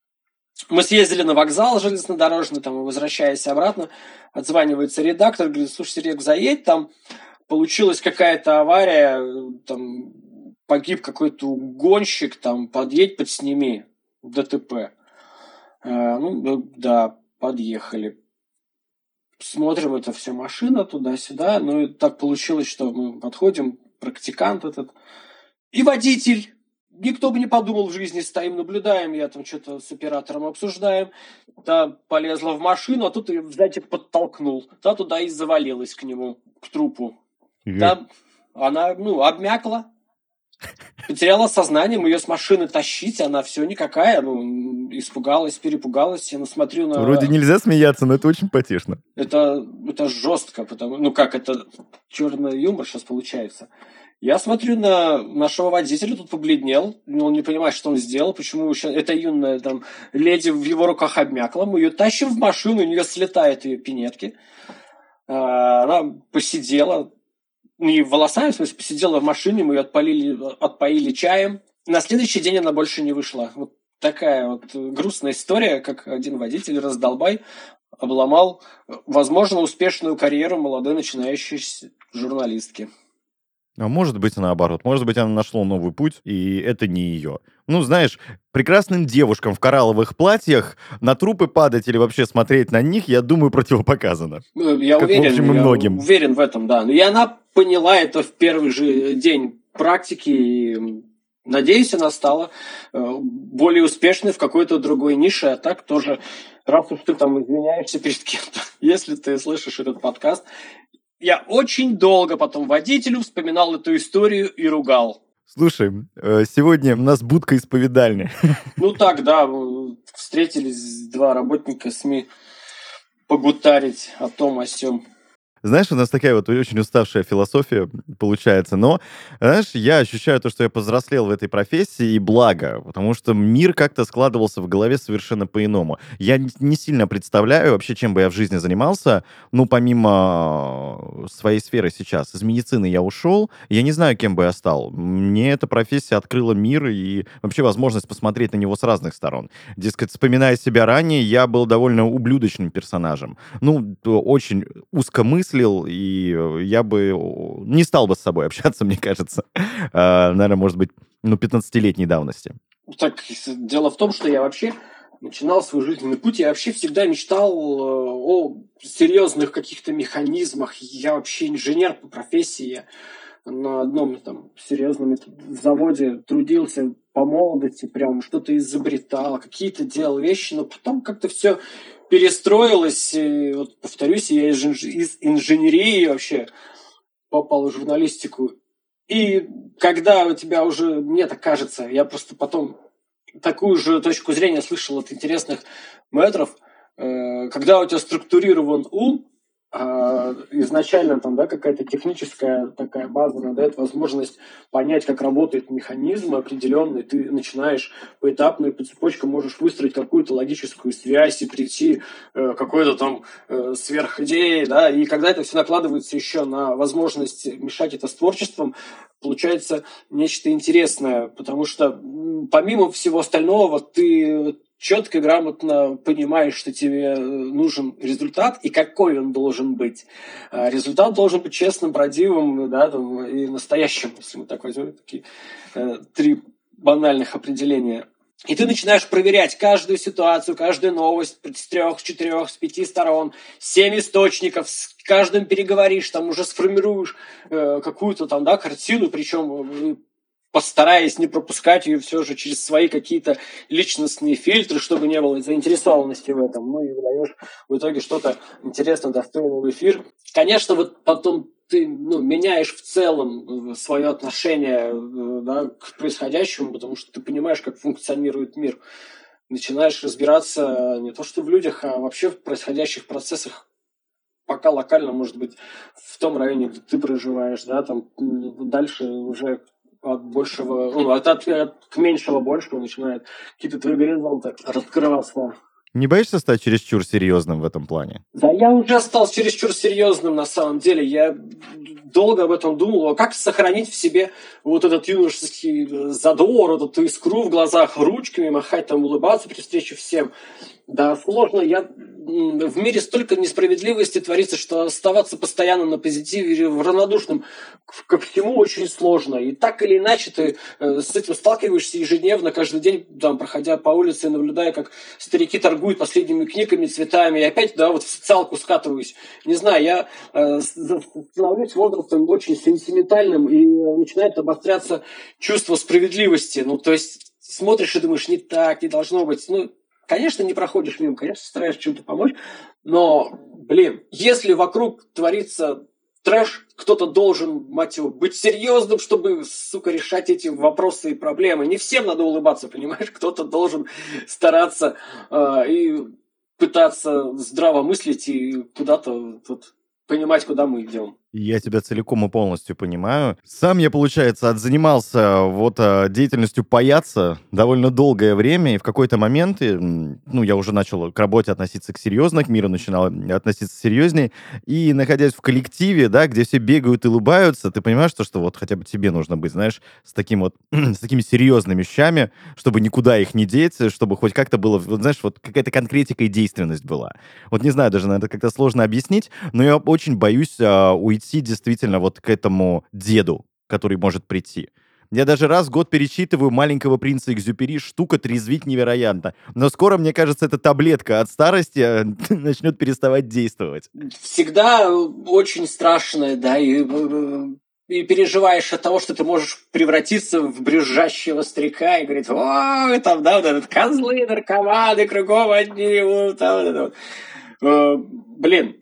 Мы съездили на вокзал железнодорожный, там, возвращаясь обратно, отзванивается редактор, говорит, слушай, Серег, заедь, там получилась какая-то авария, там погиб какой-то гонщик, там, подъедь, подсними. ДТП. А, ну, да, подъехали. Смотрим, это все машина туда-сюда. Ну, и так получилось, что мы подходим, практикант этот и водитель. Никто бы не подумал в жизни, стоим, наблюдаем, я там что-то с оператором обсуждаем. Та полезла в машину, а тут ее сзади подтолкнул. Та туда и завалилась к нему, к трупу. Та, она, ну, обмякла, потеряла сознание, мы ее с машины тащить, она все никакая, ну, испугалась, перепугалась. Я смотрю на... Вроде нельзя смеяться, но это очень потешно. Это, это жестко, потому... Ну, как, это черный юмор сейчас получается. Я смотрю на нашего водителя, тут побледнел, он не понимает, что он сделал, почему сейчас эта юная там леди в его руках обмякла, мы ее тащим в машину, у нее слетают ее пинетки, она посидела, не волосами, в смысле, посидела в машине, мы ее отпалили, отпоили чаем, на следующий день она больше не вышла. Вот такая вот грустная история, как один водитель раздолбай обломал, возможно, успешную карьеру молодой начинающей журналистки. А может быть, наоборот. Может быть, она нашла новый путь, и это не ее. Ну, знаешь, прекрасным девушкам в коралловых платьях на трупы падать или вообще смотреть на них, я думаю, противопоказано. Я как, уверен, в общем, и я многим. уверен в этом, да. И она поняла это в первый же день практики, и, надеюсь, она стала более успешной в какой-то другой нише, а так тоже, раз уж ты там извиняешься перед кем-то, если ты слышишь этот подкаст, я очень долго потом водителю вспоминал эту историю и ругал. Слушай, сегодня у нас будка исповедальня. Ну так, да, встретились два работника СМИ погутарить о том, о сём. Знаешь, у нас такая вот очень уставшая философия получается, но, знаешь, я ощущаю то, что я повзрослел в этой профессии, и благо, потому что мир как-то складывался в голове совершенно по-иному. Я не сильно представляю вообще, чем бы я в жизни занимался, ну, помимо своей сферы сейчас. Из медицины я ушел, я не знаю, кем бы я стал. Мне эта профессия открыла мир и вообще возможность посмотреть на него с разных сторон. Дескать, вспоминая себя ранее, я был довольно ублюдочным персонажем. Ну, очень узкомысленным, и я бы не стал бы с собой общаться, мне кажется. Наверное, может быть, ну, пятнадцатилетней давности. Так, дело в том, что я вообще начинал свой жизненный путь, я вообще всегда мечтал о серьезных каких-то механизмах. Я вообще инженер по профессии. Я на одном там серьезном заводе трудился по молодости, прям что-то изобретал, какие-то делал вещи, но потом как-то все перестроилось. И, вот, повторюсь, я из, из инженерии вообще попал в журналистику. И когда у тебя уже, мне так кажется, я просто потом такую же точку зрения слышал от интересных мэтров, э, когда у тебя структурирован ум, изначально там, да, какая-то техническая такая база дает возможность понять, как работает механизм определенный, ты начинаешь поэтапно и по цепочкам можешь выстроить какую-то логическую связь и прийти э, к какой-то там э, сверхидее, да, и когда это все накладывается еще на возможность мешать это с творчеством, получается нечто интересное, потому что помимо всего остального ты четко, грамотно понимаешь, что тебе нужен результат и какой он должен быть. Результат должен быть честным, правдивым, да, там, и настоящим, если мы так возьмем такие э, три банальных определения. И ты начинаешь проверять каждую ситуацию, каждую новость с трех, с четырех, с пяти сторон, семь источников, с каждым переговоришь, там уже сформируешь э, какую-то там, да, картину, причем постараясь не пропускать ее все же через свои какие-то личностные фильтры, чтобы не было заинтересованности в этом. Ну и выдаешь в итоге что-то интересное, достойное в эфир. Конечно, вот потом ты ну, меняешь в целом свое отношение да, к происходящему, потому что ты понимаешь, как функционирует мир. Начинаешь разбираться не то что в людях, а вообще в происходящих процессах, пока локально, может быть, в том районе, где ты проживаешь, да, там дальше уже от большего, ну, от, от, от к меньшего большего начинает какие-то твои горизонты раскрываться. Не боишься стать чересчур серьезным в этом плане? Да, я уже стал чересчур серьезным на самом деле. Я долго об этом думал. А как сохранить в себе вот этот юношеский задор, вот эту искру в глазах, ручками махать, там, улыбаться при встрече всем? Да, сложно. Я в мире столько несправедливости творится, что оставаться постоянно на позитиве или равнодушным ко всему очень сложно. И так или иначе ты с этим сталкиваешься ежедневно, каждый день, там, проходя по улице, наблюдая, как старики торгуют последними книгами, цветами, и опять, да, вот в социалку скатываюсь. Не знаю, я э, становлюсь возрастом очень сентиментальным, и начинает обостряться чувство справедливости. Ну, то есть смотришь и думаешь, не так, не должно быть. Ну, конечно, не проходишь мимо, конечно, стараешься чем-то помочь, но, блин, если вокруг творится трэш, кто-то должен, мать его, быть серьезным, чтобы, сука, решать эти вопросы и проблемы. Не всем надо улыбаться, понимаешь? Кто-то должен стараться э, и пытаться здраво мыслить и куда-то вот, понимать, куда мы идем. Я тебя целиком и полностью понимаю. Сам я, получается, отзанимался вот а, деятельностью паяца довольно долгое время, и в какой-то момент, и, ну, я уже начал к работе относиться к серьезно, к миру начинал относиться серьезнее, и находясь в коллективе, да, где все бегают и улыбаются, ты понимаешь, что, что вот хотя бы тебе нужно быть, знаешь, с таким вот, с такими серьезными вещами, чтобы никуда их не деть, чтобы хоть как-то было, вот, знаешь, вот какая-то конкретика и действенность была. Вот не знаю, даже, наверное, как-то сложно объяснить, но я очень боюсь а, уйти действительно вот к этому деду, который может прийти. Я даже раз в год перечитываю «Маленького принца Экзюпери», штука трезвить невероятно. Но скоро, мне кажется, эта таблетка от старости начнет переставать действовать. Всегда очень страшно, да, и, и переживаешь от того, что ты можешь превратиться в брюзжащего старика и говорить, о, там, да, вот этот козлы, наркоманы, кругом одни, вот, там, вот, блин.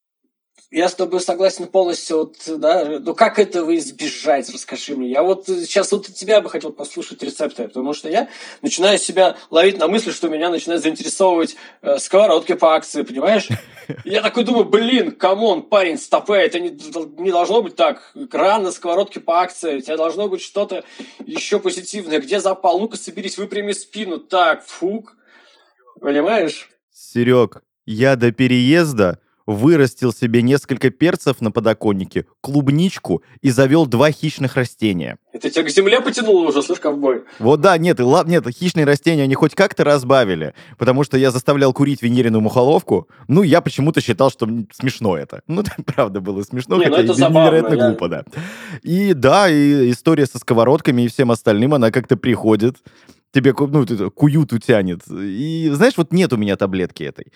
Я с тобой согласен полностью, вот, да, ну как этого избежать, расскажи мне. Я вот сейчас вот от тебя бы хотел послушать рецепты, потому что я начинаю себя ловить на мысли, что меня начинает заинтересовывать э, сковородки по акции, понимаешь? Я такой думаю, блин, камон, парень, стопэ, это не, не должно быть так. Рано сковородки по акции, у тебя должно быть что-то еще позитивное. Где запал? Ну-ка соберись, выпрями спину. Так, фук, понимаешь? Серег, я до переезда вырастил себе несколько перцев на подоконнике, клубничку и завел два хищных растения. Это тебя к земле потянуло уже, слышь, ковбой? Вот да, нет, ла- нет, хищные растения, они хоть как-то разбавили, потому что я заставлял курить венерину мухоловку, ну, я почему-то считал, что смешно это. Ну, это правда было смешно, Не, хотя ну это и забавно, невероятно я... глупо, да. И да, и история со сковородками и всем остальным, она как-то приходит, тебе, ну, к уюту тянет. И, знаешь, вот нет у меня таблетки этой.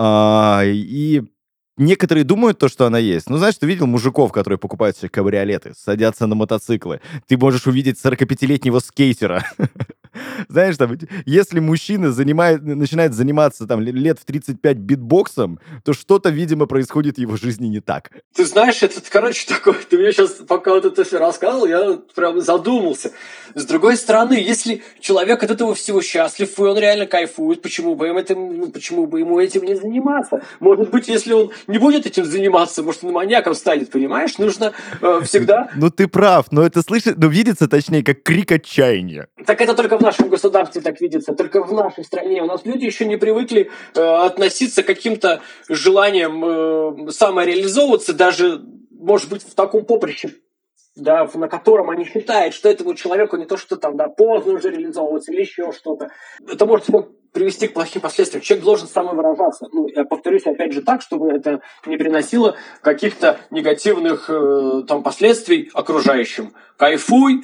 А, и... Некоторые думают то, что она есть. Ну, знаешь, ты видел мужиков, которые покупают себе кабриолеты, садятся на мотоциклы. Ты можешь увидеть сорокапятилетнего скейтера. Знаешь, там, если мужчина занимает, начинает заниматься там лет в тридцать пять битбоксом, то что-то, видимо, происходит в его жизни не так. Ты знаешь, это, короче, такой, ты мне сейчас, пока вот это все рассказывал, я прям задумался. С другой стороны, если человек от этого всего счастлив, и он реально кайфует, почему бы, им этим, ну, почему бы ему этим не заниматься? Может быть, если он не будет этим заниматься, может, он маньяком станет, понимаешь? Нужно э, всегда... Ну, ты прав, но это слышит, ну, видится, точнее, как крик отчаяния. Так это только в нашем государстве так видится, только в нашей стране. У нас люди еще не привыкли э, относиться к каким-то желаниям э, самореализовываться, даже, может быть, в таком поприще, да, на котором они считают, что этому человеку не то, что там, да, поздно уже реализовываться или еще что-то. Это может привести к плохим последствиям. Человек должен самовыражаться. Ну, я повторюсь, опять же, так, чтобы это не приносило каких-то негативных э, там, последствий окружающим. Кайфуй,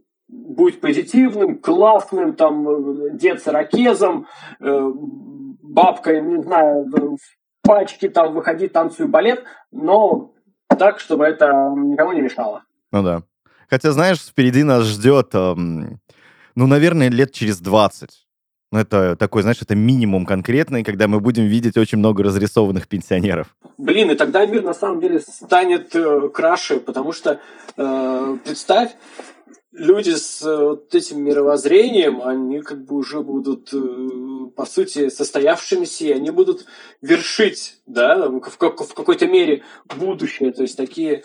будь позитивным, классным, там, дед с ирокезом, э, бабка, не знаю, в пачке, там, выходи, танцуй балет, но так, чтобы это никому не мешало. Ну да. Хотя, знаешь, впереди нас ждет, эм, ну, наверное, лет через двадцать. Ну, это такой, знаешь, это минимум конкретный, когда мы будем видеть очень много разрисованных пенсионеров. Блин, и тогда мир на самом деле станет э, краше, потому что, э, представь, люди с э, вот этим мировоззрением, они как бы уже будут, э, по сути, состоявшимися, и они будут вершить, да, в, как, в какой-то мере будущее. То есть такие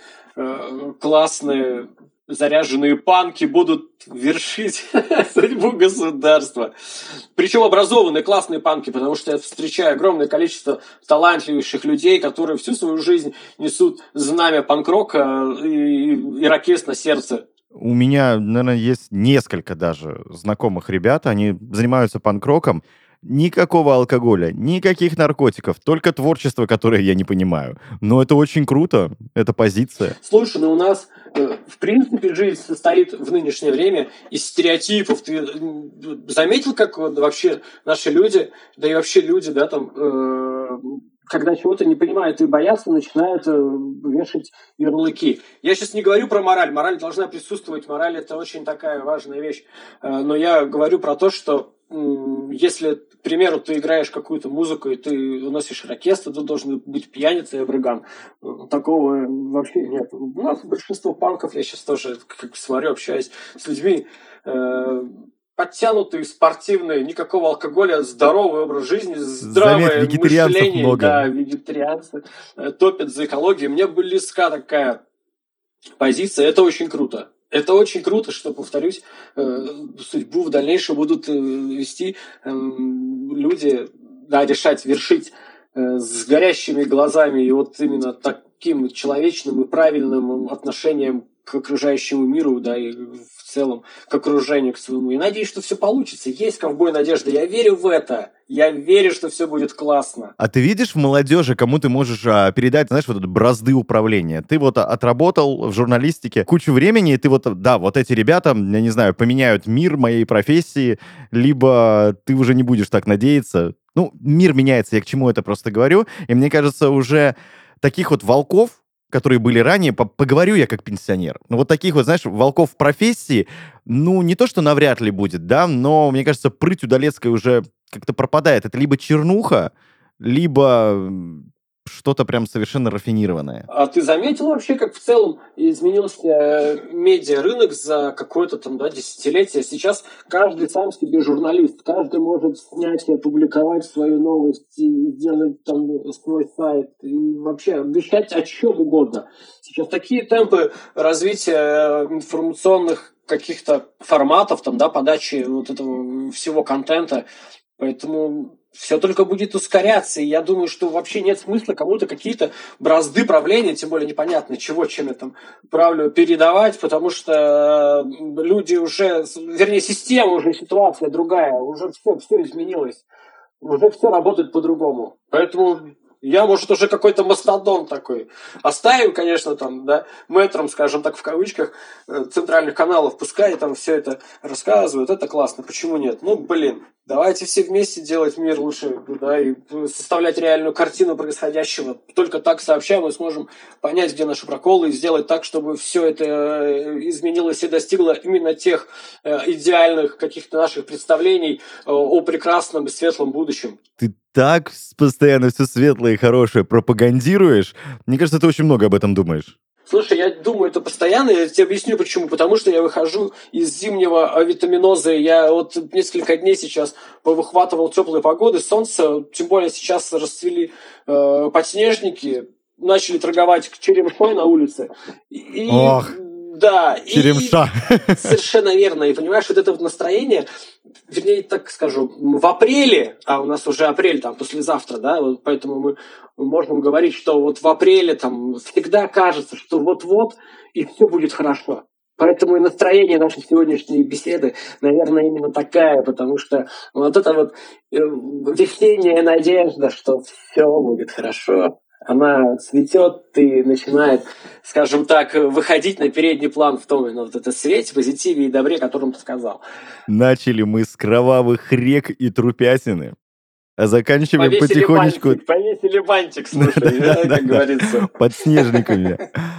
э, классные заряженные панки будут вершить судьбу государства. Причем образованные, классные панки, потому что я встречаю огромное количество талантливейших людей, которые всю свою жизнь несут знамя панк-рока и ирокез на сердце. У меня, наверное, есть несколько даже знакомых ребят, они занимаются панк-роком. Никакого алкоголя, никаких наркотиков, только творчество, которое я не понимаю. Но это очень круто, это позиция. Слушай, ну у нас, э, в принципе, жизнь состоит в нынешнее время из стереотипов. Ты э, заметил, как вот вообще наши люди, да и вообще люди, да, там, э, когда чего-то не понимают и боятся, начинают э, вешать ярлыки. Я сейчас не говорю про мораль. Мораль должна присутствовать. Мораль – это очень такая важная вещь. Э, но я говорю про то, что если, к примеру, ты играешь какую-то музыку, и ты уносишь оркестр, ты должен быть пьяницей и брыган. Такого вообще нет. У нас большинство панков, я сейчас тоже как смотрю, общаюсь с людьми, э, подтянутые, спортивные, никакого алкоголя, здоровый образ жизни, здравое Заметь, вегетарианцев мышление. много. Да, вегетарианцы э, топят за экологию. Мне близка такая позиция, это очень круто. Это очень круто, что, повторюсь, судьбу в дальнейшем будут вести люди, да, решать, вершить с горящими глазами и вот именно таким человечным и правильным отношением к окружающему миру, да, и в целом к окружению, к своему. И надеюсь, что все получится. Есть ковбой надежда. Я верю в это. Я верю, что все будет классно. А ты видишь в молодежи, кому ты можешь а, передать, знаешь, вот эти бразды управления? Ты вот отработал в журналистике кучу времени, и ты вот, да, вот эти ребята, я не знаю, поменяют мир моей профессии, либо ты уже не будешь так надеяться. Ну, мир меняется, я к чему это просто говорю. И мне кажется, уже таких вот волков, которые были ранее, поговорю я как пенсионер. Ну, вот таких вот, знаешь, волков в профессии, ну, не то, что навряд ли будет, да, но, мне кажется, прыть удалецкой уже как-то пропадает. Это либо чернуха, либо что-то прям совершенно рафинированное. А ты заметил вообще, как в целом изменился медиарынок за какое-то там, да, десятилетие? Сейчас каждый сам себе журналист, каждый может снять и опубликовать свою новость, и сделать там свой сайт, и вообще вещать о чем угодно. Сейчас такие темпы развития информационных каких-то форматов, там, да, подачи вот этого всего контента, поэтому все только будет ускоряться, и я думаю, что вообще нет смысла кому-то какие-то бразды правления, тем более непонятно чего, чем я там правлю, передавать, потому что люди уже, вернее, система уже, ситуация другая, уже все, все изменилось, уже все работает по-другому. Поэтому я, может, уже какой-то мастодон такой. Оставим, конечно, там, да, мэтром, скажем так, в кавычках, центральных каналов, пускай там все это рассказывают, это классно, почему нет? Ну, блин, давайте все вместе делать мир лучше, да, и составлять реальную картину происходящего. Только так сообща мы сможем понять, где наши проколы, и сделать так, чтобы все это изменилось и достигло именно тех идеальных каких-то наших представлений о прекрасном и светлом будущем. Ты так постоянно все светлое и хорошее пропагандируешь. Мне кажется, ты очень много об этом думаешь. Слушай, я думаю это постоянно, я тебе объясню почему. Потому что я выхожу из зимнего авитаминоза, я вот несколько дней сейчас повыхватывал теплые погоды, солнце, тем более сейчас расцвели э, подснежники, начали торговать черемшой на улице. И, Ох, да, черемша. И, совершенно верно. И понимаешь, вот это вот настроение, вернее, так скажу, в апреле, а у нас уже апрель, там, послезавтра, да, вот поэтому мы можем говорить, что вот в апреле там всегда кажется, что вот-вот и все будет хорошо. Поэтому и настроение нашей сегодняшней беседы, наверное, именно такая, потому что вот эта вот весенняя надежда, что все будет хорошо, она цветет и начинает, скажем так, выходить на передний план в том, ну, вот это свете, позитиве и добре, о котором ты сказал. Начали мы с кровавых рек и трупятины, а заканчиваем повесили потихонечку... Бантик, повесили бантик, слушай, как говорится. Подснежниками.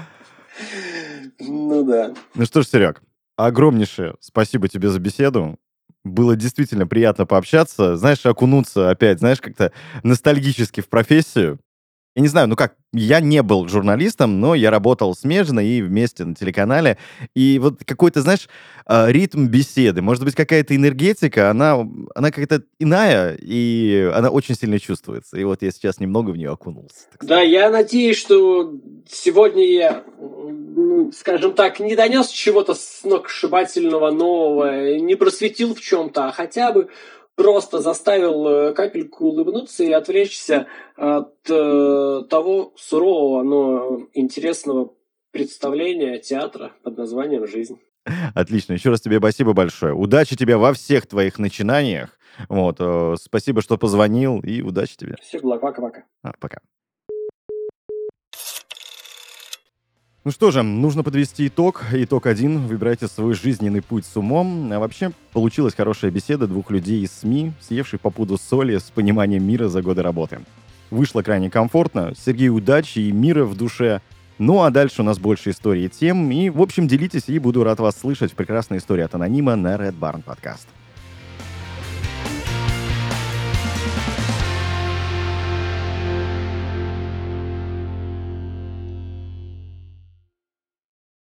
Ну да. Ну что ж, Серег, огромнейшее спасибо тебе за беседу. Было действительно приятно пообщаться. Знаешь, окунуться опять, знаешь, как-то ностальгически в профессию. Я не знаю, ну как, я не был журналистом, но я работал смежно и вместе на телеканале. И вот какой-то, знаешь, ритм беседы, может быть, какая-то энергетика, она, она какая-то иная, и она очень сильно чувствуется. И вот я сейчас немного в нее окунулся. Да, я надеюсь, что сегодня я, скажем так, не донес чего-то сногсшибательного нового, не просветил в чем-то, а хотя бы просто заставил капельку улыбнуться и отвлечься от э, того сурового, но интересного представления театра под названием «Жизнь». Отлично. Еще раз тебе спасибо большое. Удачи тебе во всех твоих начинаниях. Вот. э, Спасибо, что позвонил, и удачи тебе. Всех благ, пока-пока. А, пока. Ну что же, нужно подвести итог. Итог один. Выбирайте свой жизненный путь с умом. А вообще, получилась хорошая беседа двух людей из СМИ, съевших по пуду соли с пониманием мира за годы работы. Вышло крайне комфортно. Сергею удачи и мира в душе. Ну а дальше у нас больше историй и тем. И, в общем, делитесь, и буду рад вас слышать в прекрасной истории от анонима на Red Barn Podcast.